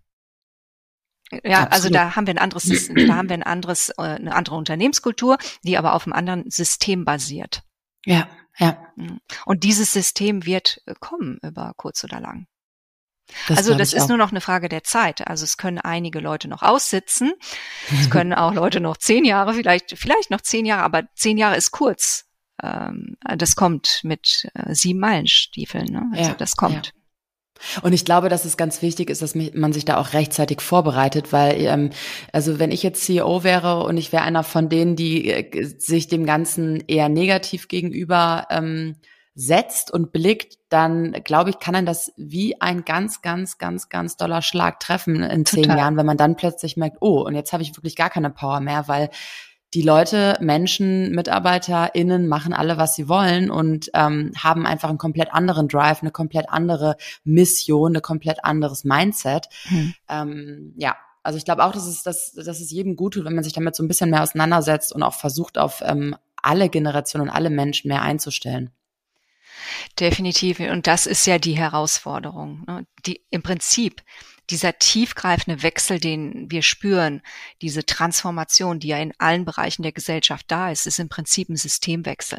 Ja, Absolut. Also da haben wir ein anderes, da haben wir ein anderes, eine andere Unternehmenskultur, die aber auf einem anderen System basiert. Ja, ja. Und dieses System wird kommen über kurz oder lang. Das also das ist auch. nur noch eine Frage der Zeit. Also es können einige Leute noch aussitzen. Es können auch Leute noch zehn Jahre, vielleicht, vielleicht noch zehn Jahre, aber zehn Jahre ist kurz. Ähm, das kommt mit äh, sieben Meilenstiefeln. Ne? Also ja, das kommt. Ja. Und ich glaube, dass es ganz wichtig ist, dass man sich da auch rechtzeitig vorbereitet, weil ähm, also wenn ich jetzt C E O wäre und ich wäre einer von denen, die äh, sich dem Ganzen eher negativ gegenüber ähm, setzt und blickt, dann glaube ich, kann einen das wie ein ganz, ganz, ganz, ganz doller Schlag treffen in Total. zehn Jahren, wenn man dann plötzlich merkt, oh, und jetzt habe ich wirklich gar keine Power mehr, weil die Leute, Menschen, MitarbeiterInnen machen alle, was sie wollen und ähm, haben einfach einen komplett anderen Drive, eine komplett andere Mission, ein komplett anderes Mindset. Hm. Ähm, ja, also ich glaube auch, dass es, dass, dass es jedem gut tut, wenn man sich damit so ein bisschen mehr auseinandersetzt und auch versucht, auf ähm, alle Generationen und alle Menschen mehr einzustellen. Definitiv. Und das ist ja die Herausforderung. Ne? Die, im Prinzip, dieser tiefgreifende Wechsel, den wir spüren, diese Transformation, die ja in allen Bereichen der Gesellschaft da ist, ist im Prinzip ein Systemwechsel.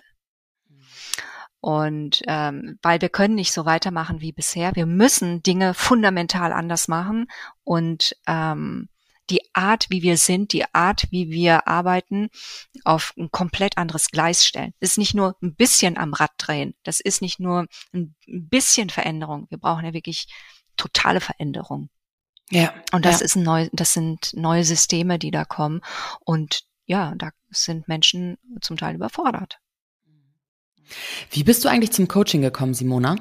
Und ähm, weil wir können nicht so weitermachen wie bisher. Wir müssen Dinge fundamental anders machen und ähm, die Art, wie wir sind, die Art, wie wir arbeiten, auf ein komplett anderes Gleis stellen. Das ist nicht nur ein bisschen am Rad drehen. Das ist nicht nur ein bisschen Veränderung. Wir brauchen ja wirklich totale Veränderung. Ja. Und das ja. ist ein neu, das sind neue Systeme, die da kommen. Und ja, da sind Menschen zum Teil überfordert. Wie bist du eigentlich zum Coaching gekommen, Simona?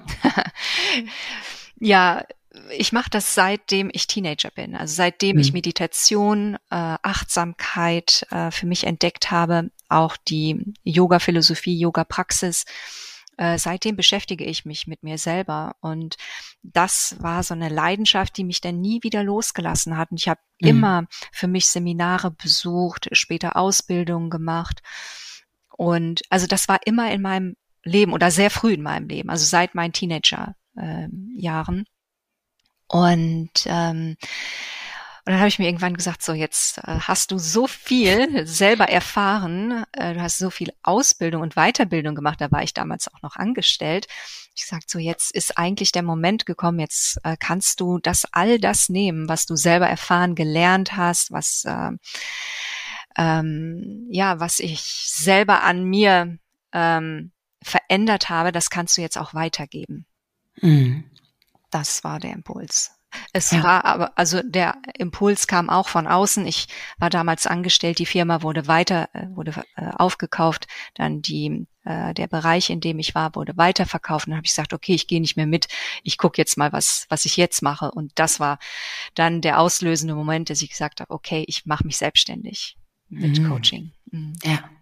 Ja, ich mache das seitdem ich Teenager bin. Also seitdem hm. ich Meditation, äh, Achtsamkeit äh, für mich entdeckt habe, auch die Yoga-Philosophie, Yoga-Praxis. Äh, seitdem beschäftige ich mich mit mir selber. Und das war so eine Leidenschaft, die mich dann nie wieder losgelassen hat. Und ich habe hm. immer für mich Seminare besucht, später Ausbildungen gemacht. Und also das war immer in meinem Leben oder sehr früh in meinem Leben, also seit meinen Teenager-Jahren. Und, ähm, und dann habe ich mir irgendwann gesagt, so jetzt äh, hast du so viel selber erfahren, äh, du hast so viel Ausbildung und Weiterbildung gemacht, da war ich damals auch noch angestellt. Ich sagte so, jetzt ist eigentlich der Moment gekommen, jetzt äh, kannst du das all das nehmen, was du selber erfahren, gelernt hast, was äh, ähm, ja, was ich selber an mir ähm, verändert habe, das kannst du jetzt auch weitergeben. Mhm. Das war der Impuls. Es ja. war aber, also der Impuls kam auch von außen. Ich war damals angestellt, die Firma wurde weiter, wurde äh, aufgekauft, dann die, äh, der Bereich, in dem ich war, wurde weiterverkauft. Und dann habe ich gesagt, okay, ich gehe nicht mehr mit, ich gucke jetzt mal, was, was ich jetzt mache. Und das war dann der auslösende Moment, dass ich gesagt habe, okay, ich mache mich selbstständig mit mhm. Coaching. Mhm. Ja.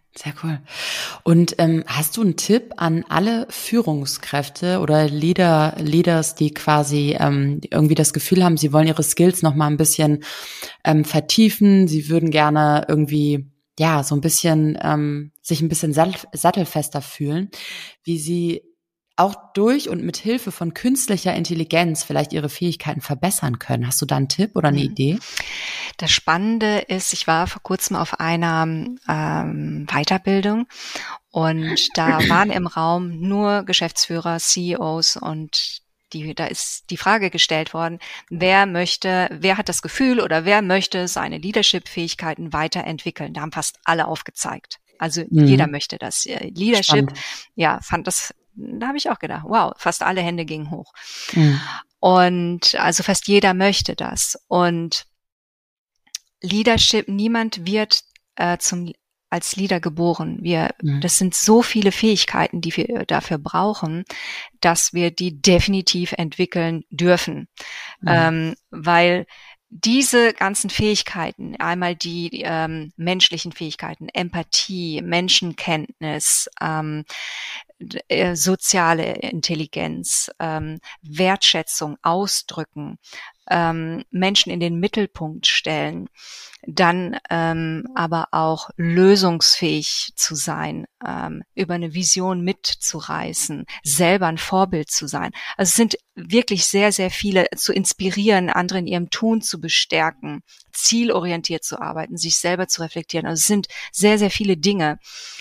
Sehr cool. Und ähm, hast du einen Tipp an alle Führungskräfte oder Leader, Leaders, die quasi ähm, irgendwie das Gefühl haben, sie wollen ihre Skills noch mal ein bisschen ähm, vertiefen, sie würden gerne irgendwie ja so ein bisschen ähm, sich ein bisschen sattel, sattelfester fühlen, wie sie auch durch und mit Hilfe von künstlicher Intelligenz vielleicht ihre Fähigkeiten verbessern können? Hast du da einen Tipp oder eine Idee? Das Spannende ist, ich war vor kurzem auf einer ähm, Weiterbildung und da waren im Raum nur Geschäftsführer, C E Os und die, da ist die Frage gestellt worden, wer möchte, wer hat das Gefühl oder wer möchte seine Leadership-Fähigkeiten weiterentwickeln? Da haben fast alle aufgezeigt. Also mhm. jeder möchte das. Leadership, Spannend. ja, fand das, da habe ich auch gedacht, wow, fast alle Hände gingen hoch. Mhm. Und also fast jeder möchte das. Und Leadership, niemand wird äh, zum als Leader geboren. Wir, mhm. das sind so viele Fähigkeiten, die wir dafür brauchen, dass wir die definitiv entwickeln dürfen, mhm. ähm, weil diese ganzen Fähigkeiten, einmal die ähm, menschlichen Fähigkeiten, Empathie, Menschenkenntnis, ähm, äh, soziale Intelligenz, ähm, Wertschätzung, Ausdrücken, ähm, Menschen in den Mittelpunkt stellen, dann ähm, aber auch lösungsfähig zu sein, ähm, über eine Vision mitzureißen, selber ein Vorbild zu sein. Also es sind wirklich sehr, sehr viele, zu inspirieren, andere in ihrem Tun zu bestärken, zielorientiert zu arbeiten, sich selber zu reflektieren. Also es sind sehr, sehr viele Dinge.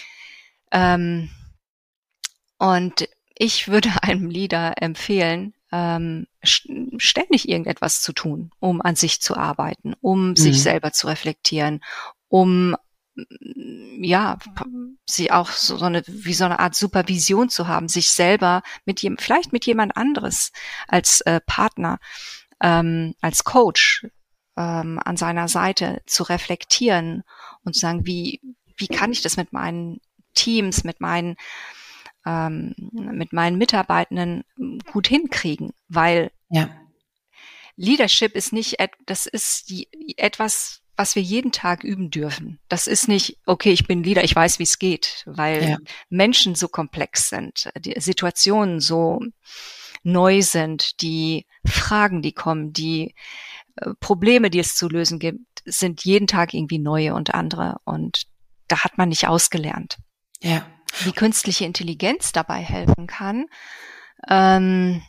Ähm, und ich würde einem Leader empfehlen, ähm, ständig irgendetwas zu tun, um an sich zu arbeiten, um mhm. sich selber zu reflektieren, um ja, sie auch so, so eine, wie so eine Art Supervision zu haben, sich selber mit jem, vielleicht mit jemand anderes als äh, Partner, ähm, als Coach ähm, an seiner Seite zu reflektieren und zu sagen, wie, wie kann ich das mit meinen Teams, mit meinen ähm, mit meinen Mitarbeitenden gut hinkriegen, weil ja. Leadership ist nicht, das ist die, etwas, was wir jeden Tag üben dürfen. Das ist nicht, okay, ich bin Leader, ich weiß, wie es geht, weil ja. Menschen so komplex sind, die Situationen so neu sind, die Fragen, die kommen, die äh, Probleme, die es zu lösen gibt, sind jeden Tag irgendwie neue und andere und da hat man nicht ausgelernt. Ja. Wie künstliche Intelligenz dabei helfen kann. Ähm,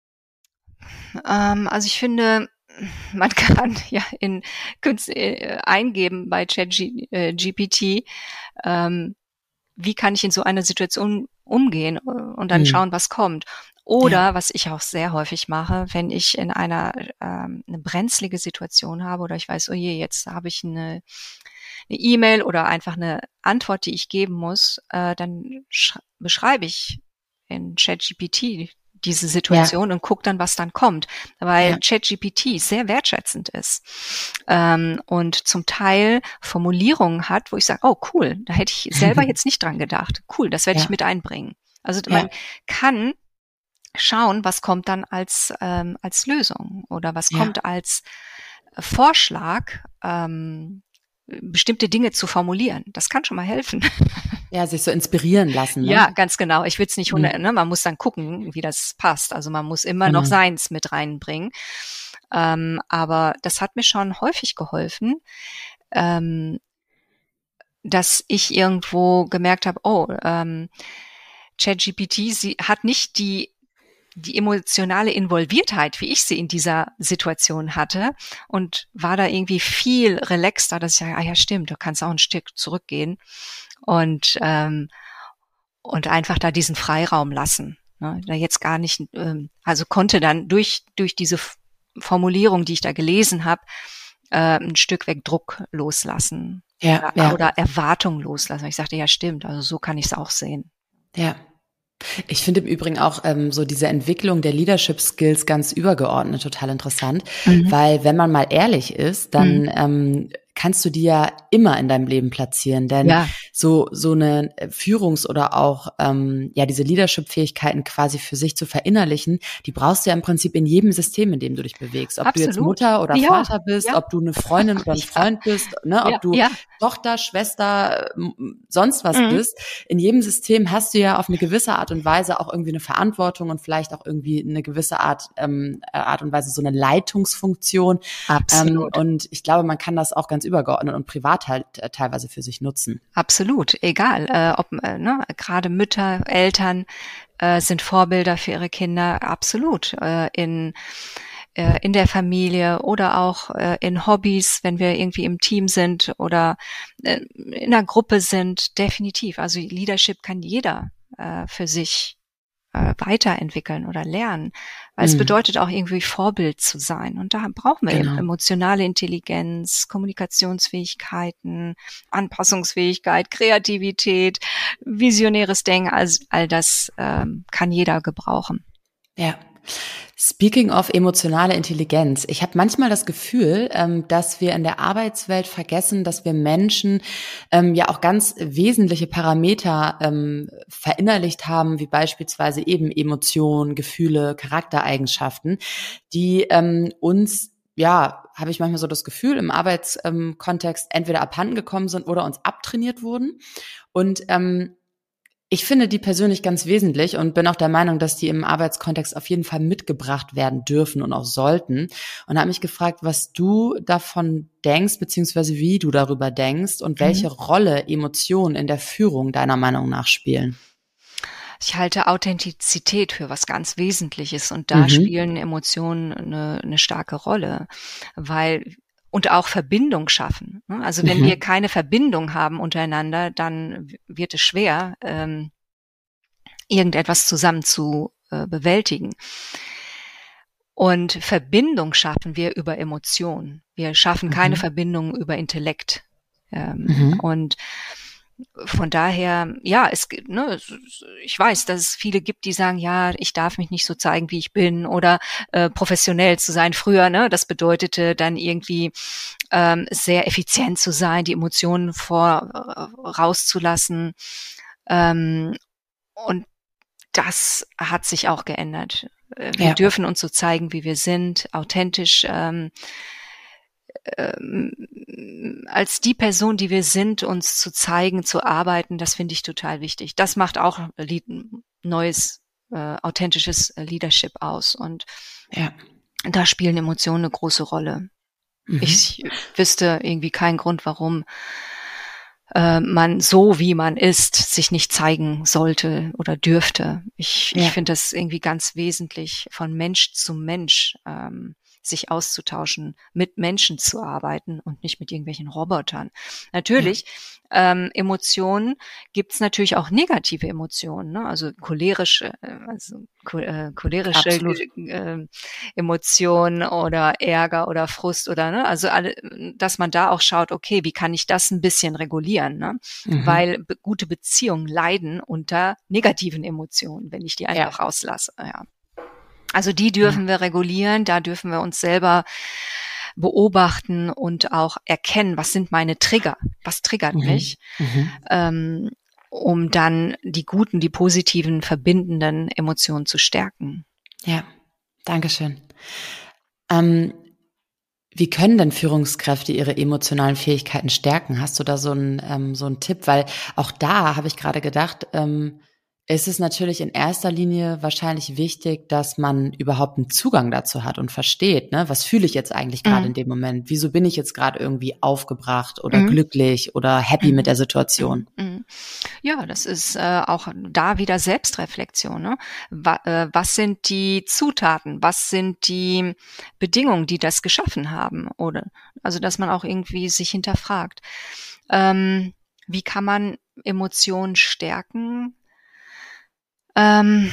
ähm, also ich finde, man kann ja in Künst, äh, eingeben bei ChatGPT, ähm, wie kann ich in so einer Situation umgehen und dann mhm. schauen, was kommt. Oder ja. was ich auch sehr häufig mache, wenn ich in einer ähm, eine brenzlige Situation habe oder ich weiß, oh je, jetzt habe ich eine eine E-Mail oder einfach eine Antwort, die ich geben muss, äh, dann sch- beschreibe ich in ChatGPT diese Situation ja. und gucke dann, was dann kommt, weil ja. ChatGPT sehr wertschätzend ist ähm, und zum Teil Formulierungen hat, wo ich sage, oh cool, da hätte ich selber jetzt nicht dran gedacht. Cool, das werde ja. ich mit einbringen. Also ja. man kann schauen, was kommt dann als ähm, als Lösung oder was ja. kommt als Vorschlag, ähm, bestimmte Dinge zu formulieren. Das kann schon mal helfen. Ja, sich so inspirieren lassen. Ne? Ja, ganz genau. Ich will es nicht, mhm. ne, man muss dann gucken, wie das passt. Also man muss immer genau. noch seins mit reinbringen. Ähm, aber das hat mir schon häufig geholfen, ähm, dass ich irgendwo gemerkt habe, oh, ähm, ChatGPT, sie hat nicht die die emotionale Involviertheit, wie ich sie in dieser Situation hatte und war da irgendwie viel relaxter, dass ich sage, ah ja stimmt, du kannst auch ein Stück zurückgehen und ähm, und einfach da diesen Freiraum lassen. Ne? Da jetzt gar nicht, ähm, also konnte dann durch durch diese Formulierung, die ich da gelesen habe, äh, ein Stück weg Druck loslassen ja, oder, ja. oder Erwartung loslassen. Ich sagte, ja stimmt, also so kann ich es auch sehen. Ja. Ich finde im Übrigen auch ähm, so diese Entwicklung der Leadership Skills ganz übergeordnet total interessant, mhm. weil wenn man mal ehrlich ist, dann mhm. ähm, kannst du die ja immer in deinem Leben platzieren, denn ja. so so eine Führungs- oder auch ähm, ja diese Leadership-Fähigkeiten quasi für sich zu verinnerlichen, die brauchst du ja im Prinzip in jedem System, in dem du dich bewegst. Ob du jetzt Absolut. Mutter oder Ja, Vater bist, ja, ob du eine Freundin oder ein ja, Freund bist, ne, ja, ob du ja. Tochter, Schwester, m- sonst was Mhm. bist. In jedem System hast du ja auf eine gewisse Art und Weise auch irgendwie eine Verantwortung und vielleicht auch irgendwie eine gewisse Art ähm, Art und Weise so eine Leitungsfunktion. Ähm, Absolut. und ich glaube, man kann das auch ganz übergeordnet und privat halt äh, teilweise für sich nutzen. Absolut, egal, äh, ob äh, ne, gerade Mütter, Eltern äh, sind Vorbilder für ihre Kinder, absolut äh, in äh, in der Familie oder auch äh, in Hobbys, wenn wir irgendwie im Team sind oder äh, in einer Gruppe sind, definitiv. Also Leadership kann jeder äh, für sich äh, weiterentwickeln oder lernen, weil es Mhm. bedeutet auch irgendwie Vorbild zu sein. Und da brauchen wir eben Genau. emotionale Intelligenz, Kommunikationsfähigkeiten, Anpassungsfähigkeit, Kreativität, visionäres Denken, also all das ähm, kann jeder gebrauchen. Ja. Speaking of emotionale Intelligenz, ich habe manchmal das Gefühl, ähm, dass wir in der Arbeitswelt vergessen, dass wir Menschen ähm, ja auch ganz wesentliche Parameter ähm, verinnerlicht haben, wie beispielsweise eben Emotionen, Gefühle, Charaktereigenschaften, die ähm, uns, ja, habe ich manchmal so das Gefühl, im Arbeitskontext entweder abhanden gekommen sind oder uns abtrainiert wurden. Und ähm, ich finde die persönlich ganz wesentlich und bin auch der Meinung, dass die im Arbeitskontext auf jeden Fall mitgebracht werden dürfen und auch sollten. Und habe mich gefragt, was du davon denkst, beziehungsweise wie du darüber denkst und welche Mhm. Rolle Emotionen in der Führung deiner Meinung nach spielen. Ich halte Authentizität für was ganz Wesentliches und da Mhm. spielen Emotionen eine, eine starke Rolle, weil und auch Verbindung schaffen. ne? Also wenn wir Mhm. keine Verbindung haben untereinander, dann wird es schwer, ähm, irgendetwas zusammen zu äh, bewältigen. Und Verbindung schaffen wir über Emotionen. Wir schaffen keine Mhm. Verbindung über Intellekt. Ähm, Mhm. und von daher, ja, es gibt, ne, es- es- ich weiß, dass es viele gibt, die sagen, ja, ich darf mich nicht so zeigen, wie ich bin, oder äh, professionell zu sein. Früher, ne, das bedeutete dann irgendwie ähm, sehr effizient zu sein, die Emotionen vor äh, rauszulassen. Ähm, und das hat sich auch geändert. Äh, Wir Ja. dürfen uns so zeigen, wie wir sind, authentisch ähm, ähm, als die Person, die wir sind, uns zu zeigen, zu arbeiten, das finde ich total wichtig. Das macht auch Lied, neues, äh, authentisches Leadership aus. Und Ja. da spielen Emotionen eine große Rolle. Mhm. Ich wüsste irgendwie keinen Grund, warum äh, man so, wie man ist, sich nicht zeigen sollte oder dürfte. Ich, Ja. ich finde das irgendwie ganz wesentlich, von Mensch zu Mensch ähm, sich auszutauschen, mit Menschen zu arbeiten und nicht mit irgendwelchen Robotern. Natürlich, ähm, Emotionen gibt's natürlich auch negative Emotionen, ne? Also cholerische, äh, also cho äh, cholerische Absolut. äh, Emotionen oder Ärger oder Frust oder ne, also alle, dass man da auch schaut, okay, wie kann ich das ein bisschen regulieren, ne? Mhm. Weil be gute Beziehungen leiden unter negativen Emotionen, wenn ich die Ja. einfach rauslasse, ja. Also die Ja. dürfen wir regulieren, da dürfen wir uns selber beobachten und auch erkennen, was sind meine Trigger, was triggert Mhm. mich, Mhm. ähm, um dann die guten, die positiven, verbindenden Emotionen zu stärken. Ja. Dankeschön. Ähm, Wie können denn Führungskräfte ihre emotionalen Fähigkeiten stärken? Hast du da so einen ähm, so einen Tipp? Weil auch da habe ich gerade gedacht, ähm, ist es natürlich in erster Linie wahrscheinlich wichtig, dass man überhaupt einen Zugang dazu hat und versteht, ne? Was fühle ich jetzt eigentlich gerade Mhm. in dem Moment? Wieso bin ich jetzt gerade irgendwie aufgebracht oder Mhm. glücklich oder happy mit Mhm. der Situation? Mhm. Mhm. Ja, das ist äh, auch da wieder Selbstreflexion. Ne? Wa äh, was sind die Zutaten? Was sind die Bedingungen, die das geschaffen haben? Oder also, dass man auch irgendwie sich hinterfragt. Ähm, wie kann man Emotionen stärken? Ähm,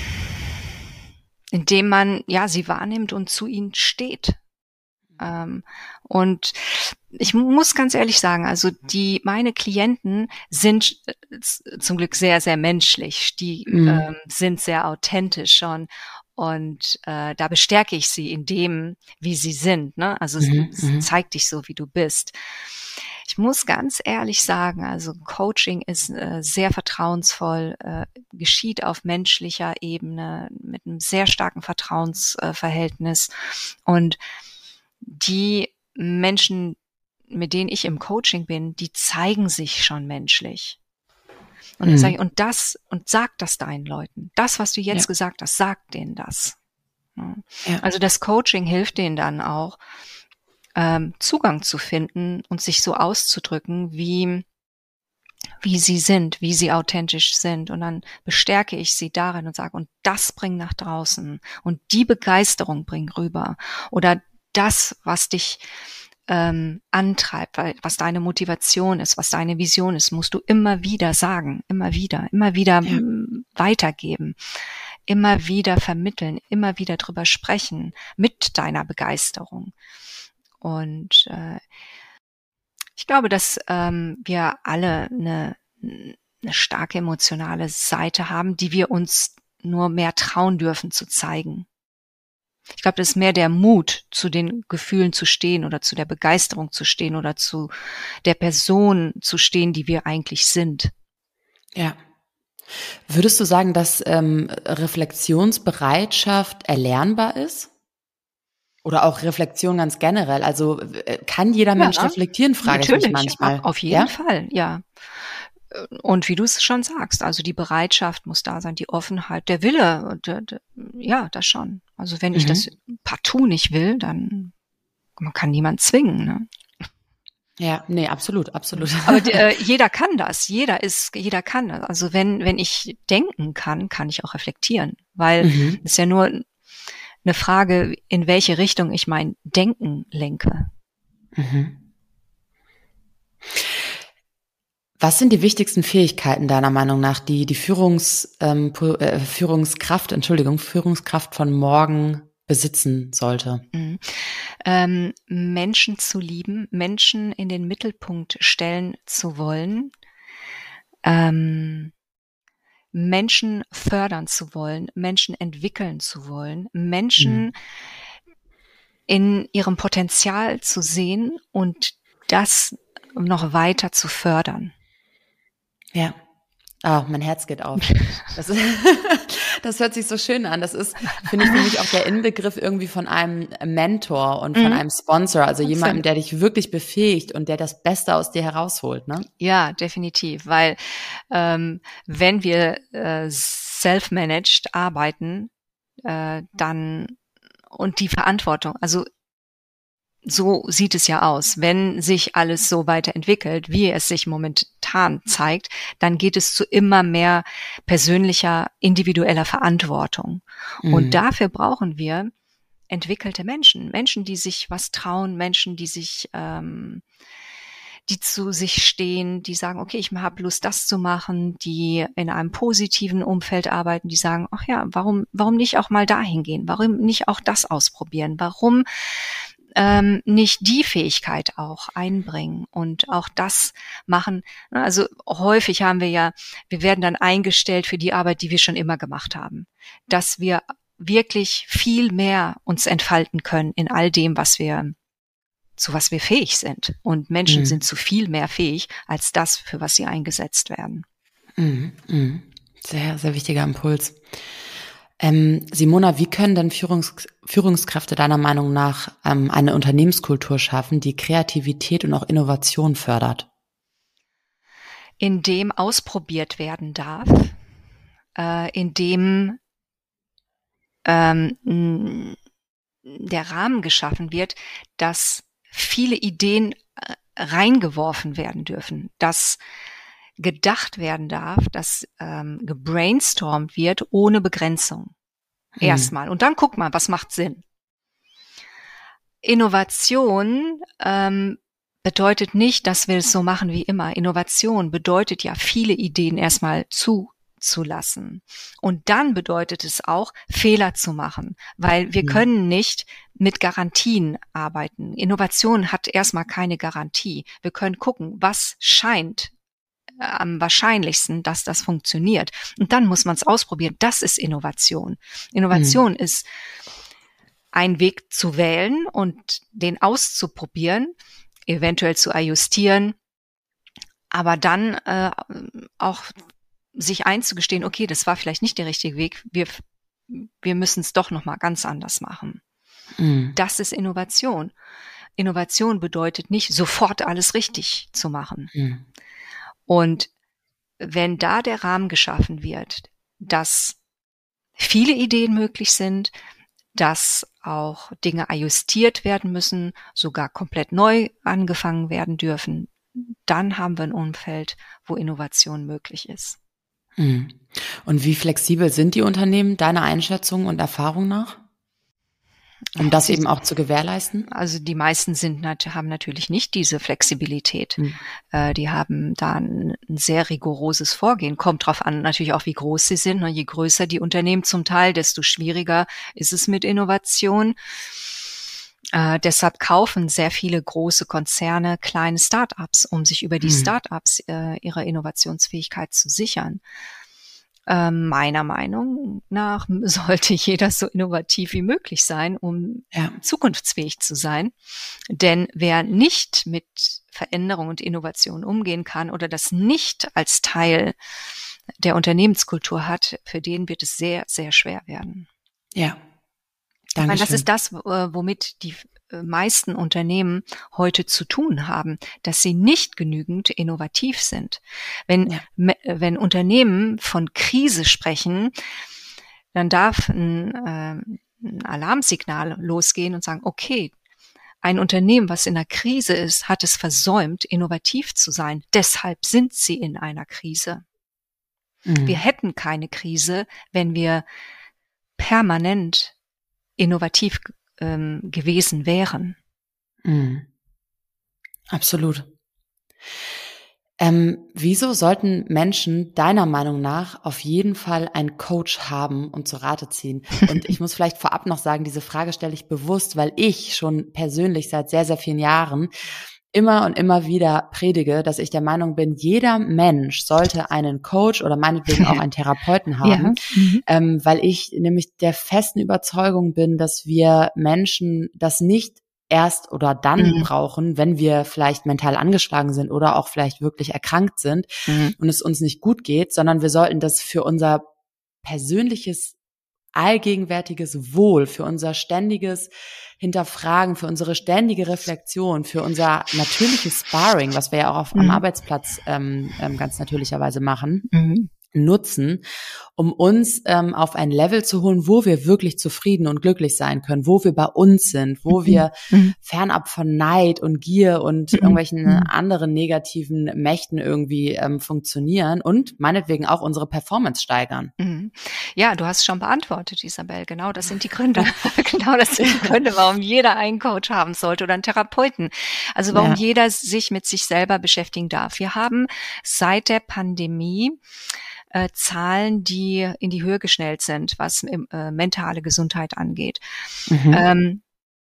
indem man ja sie wahrnimmt und zu ihnen steht. Ähm, und ich muss ganz ehrlich sagen, also die meine Klienten sind äh, z- zum Glück sehr, sehr menschlich. Die Mhm. ähm, sind sehr authentisch schon. Und äh, da bestärke ich sie in dem, wie sie sind. Ne? Also s- Mhm. s- Mhm. zeig dich so, wie du bist. Ich muss ganz ehrlich sagen, also Coaching ist äh, sehr vertrauensvoll, äh, geschieht auf menschlicher Ebene mit einem sehr starken Vertrauensverhältnis. Und die Menschen, mit denen ich im Coaching bin, die zeigen sich schon menschlich. Und dann sage ich, und das, und sag das deinen Leuten. Das, was du jetzt ja. gesagt hast, sag denen das. Ja. Ja. Also das Coaching hilft denen dann auch, ähm, Zugang zu finden und sich so auszudrücken, wie, wie sie sind, wie sie authentisch sind. Und dann bestärke ich sie darin und sage, und das bring nach draußen. Und die Begeisterung bring rüber. Oder das, was dich ähm, antreibt, weil, was deine Motivation ist, was deine Vision ist, musst du immer wieder sagen, immer wieder, immer wieder ja. weitergeben, immer wieder vermitteln, immer wieder drüber sprechen mit deiner Begeisterung. Und äh, ich glaube, dass ähm, wir alle eine, eine starke emotionale Seite haben, die wir uns nur mehr trauen dürfen zu zeigen. Ich glaube, das ist mehr der Mut, zu den Gefühlen zu stehen oder zu der Begeisterung zu stehen oder zu der Person zu stehen, die wir eigentlich sind. Ja. Würdest du sagen, dass ähm, Reflexionsbereitschaft erlernbar ist? Oder auch Reflexion ganz generell? Also kann jeder Mensch ja, reflektieren, frage natürlich, ich mich manchmal. Auf jeden ja? Fall, ja. Und wie du es schon sagst, also die Bereitschaft muss da sein, die Offenheit, der Wille, der, der, ja, das schon. Also wenn ich mhm. das partout nicht will, dann man kann niemand zwingen, ne? Ja, nee, absolut, absolut. Aber äh, jeder kann das, jeder ist, jeder kann das. Also wenn wenn ich denken kann, kann ich auch reflektieren, weil mhm. es ist ja nur eine Frage, in welche Richtung ich mein Denken lenke. Mhm. Was sind die wichtigsten Fähigkeiten deiner Meinung nach, die die Führungs, ähm, äh, Führungskraft, Entschuldigung, Führungskraft von morgen besitzen sollte? Mhm. Ähm, Menschen zu lieben, Menschen in den Mittelpunkt stellen zu wollen, ähm, Menschen fördern zu wollen, Menschen entwickeln zu wollen, Menschen mhm. in ihrem Potenzial zu sehen und das noch weiter zu fördern. Ja. Oh, mein Herz geht auf. Das ist, das hört sich so schön an. Das ist, finde ich, für mich auch der Inbegriff irgendwie von einem Mentor und von mhm. einem Sponsor, also Absolut. Jemandem, der dich wirklich befähigt und der das Beste aus dir herausholt, ne? Ja, definitiv, weil ähm, wenn wir äh, self-managed arbeiten, äh, dann und die Verantwortung, also so sieht es ja aus. Wenn sich alles so weiterentwickelt, wie es sich momentan zeigt, dann geht es zu immer mehr persönlicher, individueller Verantwortung. Mhm. Und dafür brauchen wir entwickelte Menschen. Menschen, die sich was trauen, Menschen, die sich, ähm, die zu sich stehen, die sagen, okay, ich habe Lust, das zu machen, die in einem positiven Umfeld arbeiten, die sagen, ach ja, warum, warum nicht auch mal dahin gehen? Warum nicht auch das ausprobieren? Warum Ähm, nicht die Fähigkeit auch einbringen und auch das machen. Also häufig haben wir ja, wir werden dann eingestellt für die Arbeit, die wir schon immer gemacht haben, dass wir wirklich viel mehr uns entfalten können in all dem, was wir, zu was wir fähig sind. Und Menschen mhm. sind zu viel mehr fähig als das, für was sie eingesetzt werden. Mhm. Mhm. Sehr, sehr wichtiger Impuls. Ähm, Simona, wie können denn Führungs- Führungskräfte deiner Meinung nach ähm, eine Unternehmenskultur schaffen, die Kreativität und auch Innovation fördert? Indem ausprobiert werden darf, äh, indem ähm, der Rahmen geschaffen wird, dass viele Ideen äh, reingeworfen werden dürfen, dass gedacht werden darf, dass ähm, gebrainstormt wird ohne Begrenzung. Hm. Erstmal. Und dann guck mal, was macht Sinn. Innovation ähm, bedeutet nicht, dass wir es so machen wie immer. Innovation bedeutet ja, viele Ideen erstmal zuzulassen. Und dann bedeutet es auch, Fehler zu machen, weil wir hm. können nicht mit Garantien arbeiten. Innovation hat erstmal keine Garantie. Wir können gucken, was scheint am wahrscheinlichsten, dass das funktioniert. Und dann muss man es ausprobieren. Das ist Innovation. Innovation mhm. ist ein Weg zu wählen und den auszuprobieren, eventuell zu adjustieren, aber dann äh, auch sich einzugestehen, okay, das war vielleicht nicht der richtige Weg, wir, wir müssen es doch nochmal ganz anders machen. Mhm. Das ist Innovation. Innovation bedeutet nicht, sofort alles richtig zu machen. Mhm. Und wenn da der Rahmen geschaffen wird, dass viele Ideen möglich sind, dass auch Dinge ajustiert werden müssen, sogar komplett neu angefangen werden dürfen, dann haben wir ein Umfeld, wo Innovation möglich ist. Und wie flexibel sind die Unternehmen deiner Einschätzung und Erfahrung nach? Um das eben auch zu gewährleisten? Also die meisten sind haben natürlich nicht diese Flexibilität. Mhm. Äh, die haben da ein, ein sehr rigoroses Vorgehen. Kommt drauf an, natürlich auch, wie groß sie sind. Je größer die Unternehmen zum Teil, desto schwieriger ist es mit Innovation. Äh, deshalb kaufen sehr viele große Konzerne kleine Start-ups, um sich über die mhm. Start-ups äh, ihre Innovationsfähigkeit zu sichern. Ähm, meiner Meinung nach sollte jeder so innovativ wie möglich sein, um ja. zukunftsfähig zu sein. Denn wer nicht mit Veränderung und Innovation umgehen kann oder das nicht als Teil der Unternehmenskultur hat, für den wird es sehr, sehr schwer werden. Ja. Ich meine, das ist das, womit die meisten Unternehmen heute zu tun haben, dass sie nicht genügend innovativ sind. Wenn, ja. wenn Unternehmen von Krise sprechen, dann darf ein, äh, ein Alarmsignal losgehen und sagen, okay, ein Unternehmen, was in einer Krise ist, hat es versäumt, innovativ zu sein. Deshalb sind sie in einer Krise. Mhm. Wir hätten keine Krise, wenn wir permanent innovativ ähm, gewesen wären. Mhm. Absolut. Ähm, wieso sollten Menschen deiner Meinung nach auf jeden Fall einen Coach haben und zu Rate ziehen? Und ich muss vielleicht vorab noch sagen, diese Frage stelle ich bewusst, weil ich schon persönlich seit sehr, sehr vielen Jahren immer und immer wieder predige, dass ich der Meinung bin, jeder Mensch sollte einen Coach oder meinetwegen auch einen Therapeuten haben, ja. mhm. ähm, weil ich nämlich der festen Überzeugung bin, dass wir Menschen das nicht erst oder dann mhm. brauchen, wenn wir vielleicht mental angeschlagen sind oder auch vielleicht wirklich erkrankt sind mhm. und es uns nicht gut geht, sondern wir sollten das für unser persönliches allgegenwärtiges Wohl, für unser ständiges Hinterfragen, für unsere ständige Reflexion, für unser natürliches Sparring, was wir ja auch auf, mhm. am Arbeitsplatz ähm, ähm, ganz natürlicherweise machen, mhm. nutzen, um uns ähm, auf ein Level zu holen, wo wir wirklich zufrieden und glücklich sein können, wo wir bei uns sind, wo mhm. wir mhm. fernab von Neid und Gier und mhm. irgendwelchen mhm. anderen negativen Mächten irgendwie ähm, funktionieren und meinetwegen auch unsere Performance steigern. Mhm. Ja, du hast schon beantwortet, Isabel. Genau, das sind die Gründe. genau, das sind die Gründe, warum jeder einen Coach haben sollte oder einen Therapeuten. Also warum ja. jeder sich mit sich selber beschäftigen darf. Wir haben seit der Pandemie Äh, Zahlen, die in die Höhe geschnellt sind, was äh, mentale Gesundheit angeht. Mhm. Ähm,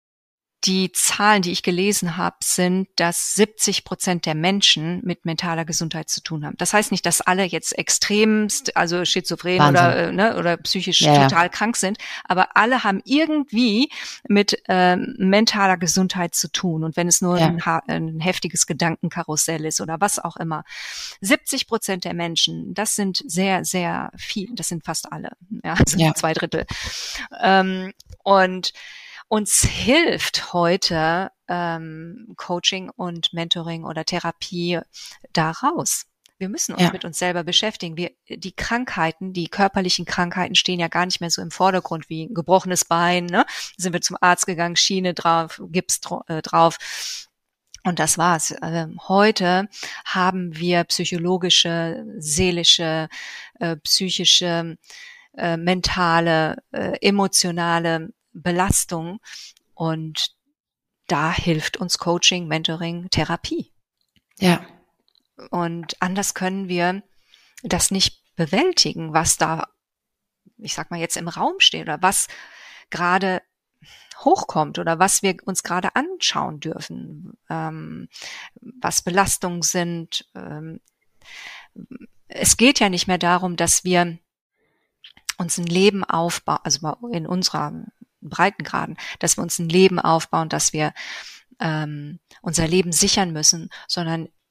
die Zahlen, die ich gelesen habe, sind, dass siebzig Prozent der Menschen mit mentaler Gesundheit zu tun haben. Das heißt nicht, dass alle jetzt extremst, also schizophren Wahnsinn. oder äh, ne, oder psychisch ja, total ja. krank sind, aber alle haben irgendwie mit äh, mentaler Gesundheit zu tun. Und wenn es nur ja. ein, ein heftiges Gedankenkarussell ist oder was auch immer. siebzig Prozent der Menschen, das sind sehr, sehr viel, das sind fast alle, ja, also ja. zwei Drittel. Ähm, und uns hilft heute ähm, Coaching und Mentoring oder Therapie daraus. Wir müssen uns ja. mit uns selber beschäftigen. Wir, die Krankheiten, die körperlichen Krankheiten stehen ja gar nicht mehr so im Vordergrund wie ein gebrochenes Bein. Ne? Sind wir zum Arzt gegangen, Schiene drauf, Gips äh, drauf. Und das war's. Ähm, heute haben wir psychologische, seelische, äh, psychische, äh, mentale, äh, emotionale Belastung und da hilft uns Coaching, Mentoring, Therapie. Ja. Und anders können wir das nicht bewältigen, was da, ich sag mal jetzt im Raum steht oder was gerade hochkommt oder was wir uns gerade anschauen dürfen, ähm, was Belastungen sind. Ähm, es geht ja nicht mehr darum, dass wir uns ein Leben aufbauen, also in unserer Breitengraden, dass wir uns ein Leben aufbauen, dass wir ähm, unser Leben sichern müssen, sondern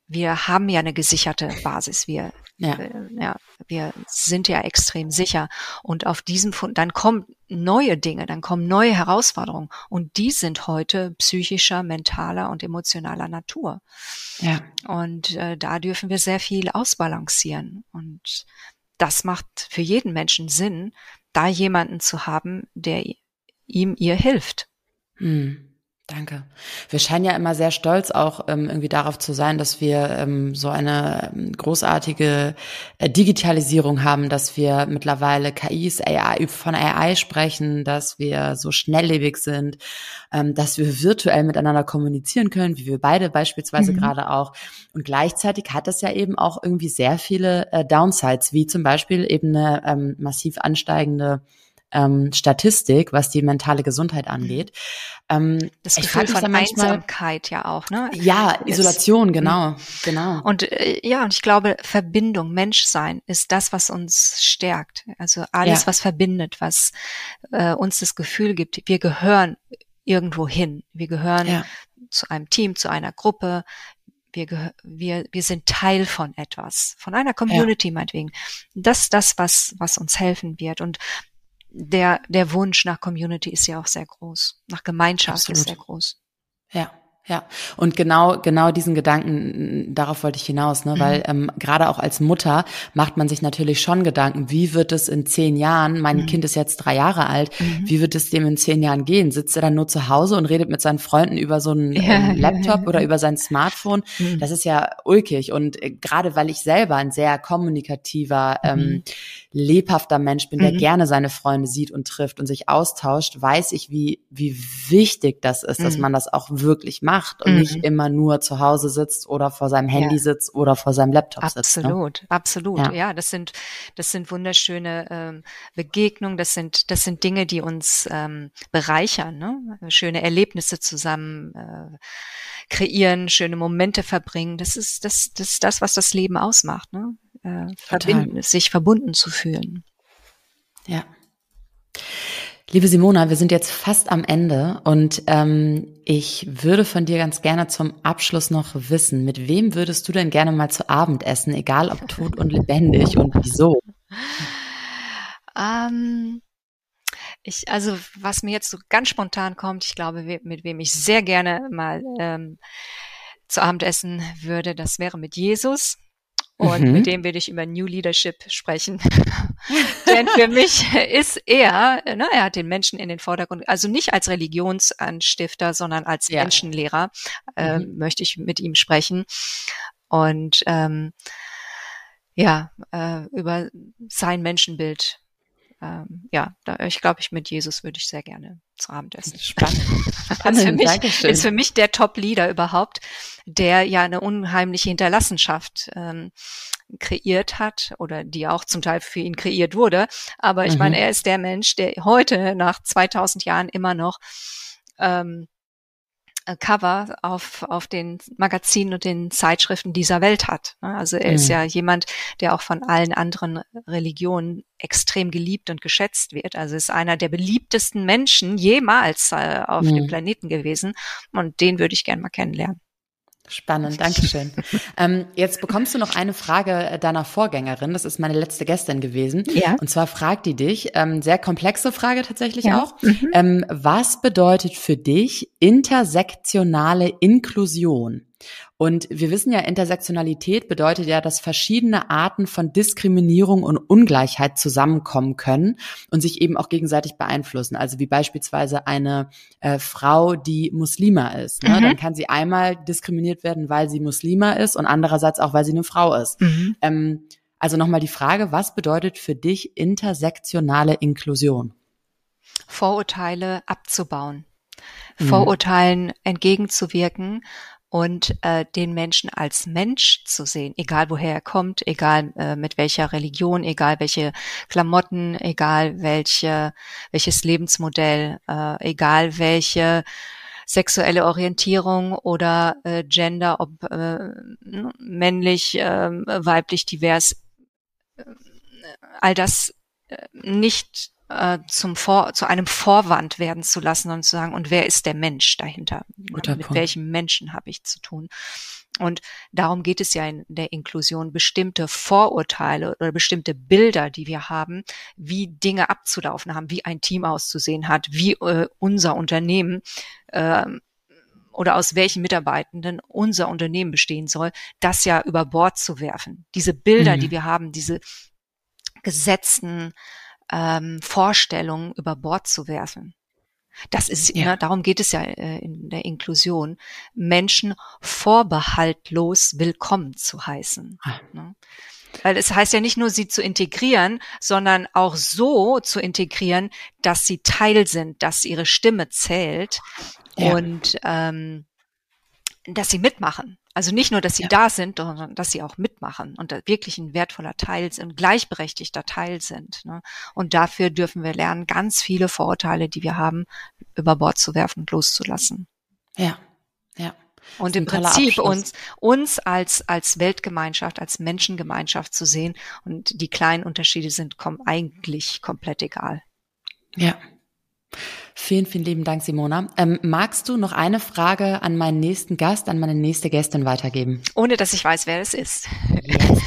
wir haben ja eine gesicherte Basis. Wir, Ja. äh, ja, wir sind ja extrem sicher. Und auf diesem Fund, dann kommen neue Dinge, dann kommen neue Herausforderungen. Und die sind heute psychischer, mentaler und emotionaler Natur. Ja. Und äh, da dürfen wir sehr viel ausbalancieren. Und das macht für jeden Menschen Sinn, da jemanden zu haben, der ihm, ihr hilft. Hm. Danke. Wir scheinen ja immer sehr stolz auch ähm, irgendwie darauf zu sein, dass wir ähm, so eine ähm, großartige äh, Digitalisierung haben, dass wir mittlerweile K Is, A I, von A I sprechen, dass wir so schnelllebig sind, ähm, dass wir virtuell miteinander kommunizieren können, wie wir beide beispielsweise Mhm. gerade auch. Und gleichzeitig hat das ja eben auch irgendwie sehr viele äh, Downsides, wie zum Beispiel eben eine ähm, massiv ansteigende Ähm, Statistik, was die mentale Gesundheit angeht. Ähm, Das ich Gefühl frage mich von dann manchmal, Einsamkeit ja auch, ne? ja, Es- Isolation, genau, genau. Und äh, ja, und ich glaube, Verbindung, Menschsein ist das, was uns stärkt. Also alles, Ja. was verbindet, was äh, uns das Gefühl gibt, wir gehören irgendwo hin. Wir gehören Ja. zu einem Team, zu einer Gruppe. Wir, gehö- wir, wir sind Teil von etwas, von einer Community meinetwegen. Das ist das, was, was uns helfen wird. Und der, der Wunsch nach Community ist ja auch sehr groß. Nach Gemeinschaft Absolut. ist sehr groß. Ja, ja. Und genau, genau diesen Gedanken, darauf wollte ich hinaus, ne, Mhm. weil ähm, gerade auch als Mutter macht man sich natürlich schon Gedanken, wie wird es in zehn Jahren, mein Mhm. Kind ist jetzt drei Jahre alt, Mhm. wie wird es dem in zehn Jahren gehen? Sitzt er dann nur zu Hause und redet mit seinen Freunden über so einen Ja. ähm, Laptop oder über sein Smartphone? Mhm. Das ist ja ulkig. Und äh, gerade weil ich selber ein sehr kommunikativer, Mhm. ähm, lebhafter Mensch bin, der Mhm. gerne seine Freunde sieht und trifft und sich austauscht, weiß ich, wie wie wichtig das ist, dass Mhm. man das auch wirklich macht und Mhm. nicht immer nur zu Hause sitzt oder vor seinem Handy Ja. sitzt oder vor seinem Laptop sitzt. Ne? Absolut, absolut. Ja. Ja, das sind das sind wunderschöne ähm, Begegnungen. Das sind das sind Dinge, die uns ähm, bereichern, ne? Schöne Erlebnisse zusammen äh, kreieren, schöne Momente verbringen. Das ist das das ist das, was das Leben ausmacht, ne? Äh, verbinden, sich verbunden zu fühlen. Ja. Liebe Simona, wir sind jetzt fast am Ende und ähm, ich würde von dir ganz gerne zum Abschluss noch wissen, mit wem würdest du denn gerne mal zu Abend essen, egal ob tot und lebendig und wieso? Ähm, ich, also was mir jetzt so ganz spontan kommt, ich glaube, we- mit wem ich sehr gerne mal ähm, zu Abend essen würde, das wäre mit Jesus. Und Mhm. mit dem will ich über New Leadership sprechen. Denn für mich ist er, ne, er hat den Menschen in den Vordergrund, also nicht als Religionsanstifter, sondern als Ja. Menschenlehrer äh, Mhm. möchte ich mit ihm sprechen. Und ähm, ja, äh, über sein Menschenbild. Ähm, ja, da, ich glaube, ich mit Jesus würde ich sehr gerne zu Abend essen. Spannend. Ist für Spannend, mich, Dankeschön. ist für mich der Top-Leader überhaupt, der ja eine unheimliche Hinterlassenschaft ähm, kreiert hat oder die auch zum Teil für ihn kreiert wurde. Aber ich Mhm. meine, er ist der Mensch, der heute nach zweitausend Jahren immer noch ähm, Cover auf, auf den Magazinen und den Zeitschriften dieser Welt hat. Also er ist Mhm. ja jemand, der auch von allen anderen Religionen extrem geliebt und geschätzt wird. Also ist einer der beliebtesten Menschen jemals äh, auf Mhm. dem Planeten gewesen. Und den würde ich gerne mal kennenlernen. Spannend, Dankeschön. ähm, jetzt bekommst du noch eine Frage deiner Vorgängerin. Das ist meine letzte Gästin gewesen. Ja. Und zwar fragt die dich, ähm, sehr komplexe Frage tatsächlich Ja. auch. Mhm. Ähm, was bedeutet für dich intersektionale Inklusion? Und wir wissen ja, Intersektionalität bedeutet ja, dass verschiedene Arten von Diskriminierung und Ungleichheit zusammenkommen können und sich eben auch gegenseitig beeinflussen. Also wie beispielsweise eine äh, Frau, die Muslima ist. Ne? Mhm. Dann kann sie einmal diskriminiert werden, weil sie Muslima ist und andererseits auch, weil sie eine Frau ist. Mhm. Ähm, also nochmal die Frage, was bedeutet für dich intersektionale Inklusion? Vorurteile abzubauen, Mhm. Vorurteilen entgegenzuwirken und äh, den Menschen als Mensch zu sehen, egal woher er kommt, egal äh, mit welcher Religion, egal welche Klamotten, egal welche welches Lebensmodell, äh, egal welche sexuelle Orientierung oder äh, Gender, ob äh, männlich, äh, weiblich, divers, äh, all das äh, nicht äh, zum Vor zu einem Vorwand werden zu lassen und zu sagen, und wer ist der Mensch dahinter? Guter Mit Punkt. welchem Menschen habe ich zu tun? Und darum geht es ja in der Inklusion, bestimmte Vorurteile oder bestimmte Bilder, die wir haben, wie Dinge abzulaufen haben, wie ein Team auszusehen hat, wie äh, unser Unternehmen äh, oder aus welchen Mitarbeitenden unser Unternehmen bestehen soll, das ja über Bord zu werfen. Diese Bilder, mhm. die wir haben, diese gesetzten ähm, Vorstellungen über Bord zu werfen. Das ist, ja. ne, darum geht es ja äh, in der Inklusion, Menschen vorbehaltlos willkommen zu heißen. Ah. Ne? Weil es heißt ja nicht nur, sie zu integrieren, sondern auch so zu integrieren, dass sie Teil sind, dass ihre Stimme zählt ja. und ähm, dass sie mitmachen. Also nicht nur, dass sie ja. da sind, sondern dass sie auch mitmachen und wirklich ein wertvoller Teil sind, ein gleichberechtigter Teil sind. Ne? Und dafür dürfen wir lernen, ganz viele Vorurteile, die wir haben, über Bord zu werfen und loszulassen. Ja, ja. Und im Prinzip uns, uns als, als Weltgemeinschaft, als Menschengemeinschaft zu sehen. Und die kleinen Unterschiede sind kom- eigentlich komplett egal. Ja. Vielen, vielen lieben Dank, Simona. Ähm, magst du noch eine Frage an meinen nächsten Gast, an meine nächste Gästin weitergeben? Ohne, dass ich weiß, wer es ist. Yes.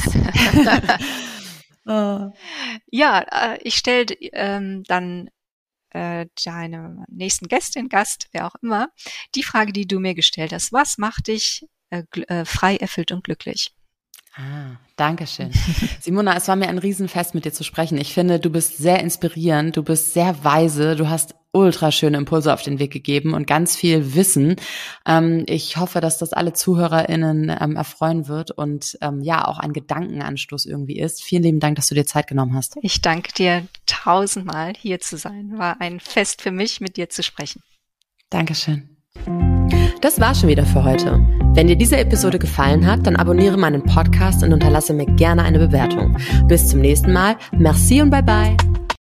oh. Ja, äh, ich stelle ähm, dann äh, deine nächsten Gästin, Gast, wer auch immer, die Frage, die du mir gestellt hast. Was macht dich äh, gl- äh, frei, erfüllt und glücklich? Ah, danke schön. Simona, es war mir ein Riesenfest, mit dir zu sprechen. Ich finde, du bist sehr inspirierend, du bist sehr weise, du hast ultra schöne Impulse auf den Weg gegeben und ganz viel Wissen. Ähm, ich hoffe, dass das alle ZuhörerInnen ähm, erfreuen wird und ähm, ja, auch ein Gedankenanstoß irgendwie ist. Vielen lieben Dank, dass du dir Zeit genommen hast. Ich danke dir tausendmal, hier zu sein. War ein Fest für mich, mit dir zu sprechen. Dankeschön. Das war schon wieder für heute. Wenn dir diese Episode gefallen hat, dann abonniere meinen Podcast und unterlasse mir gerne eine Bewertung. Bis zum nächsten Mal. Merci und bye bye.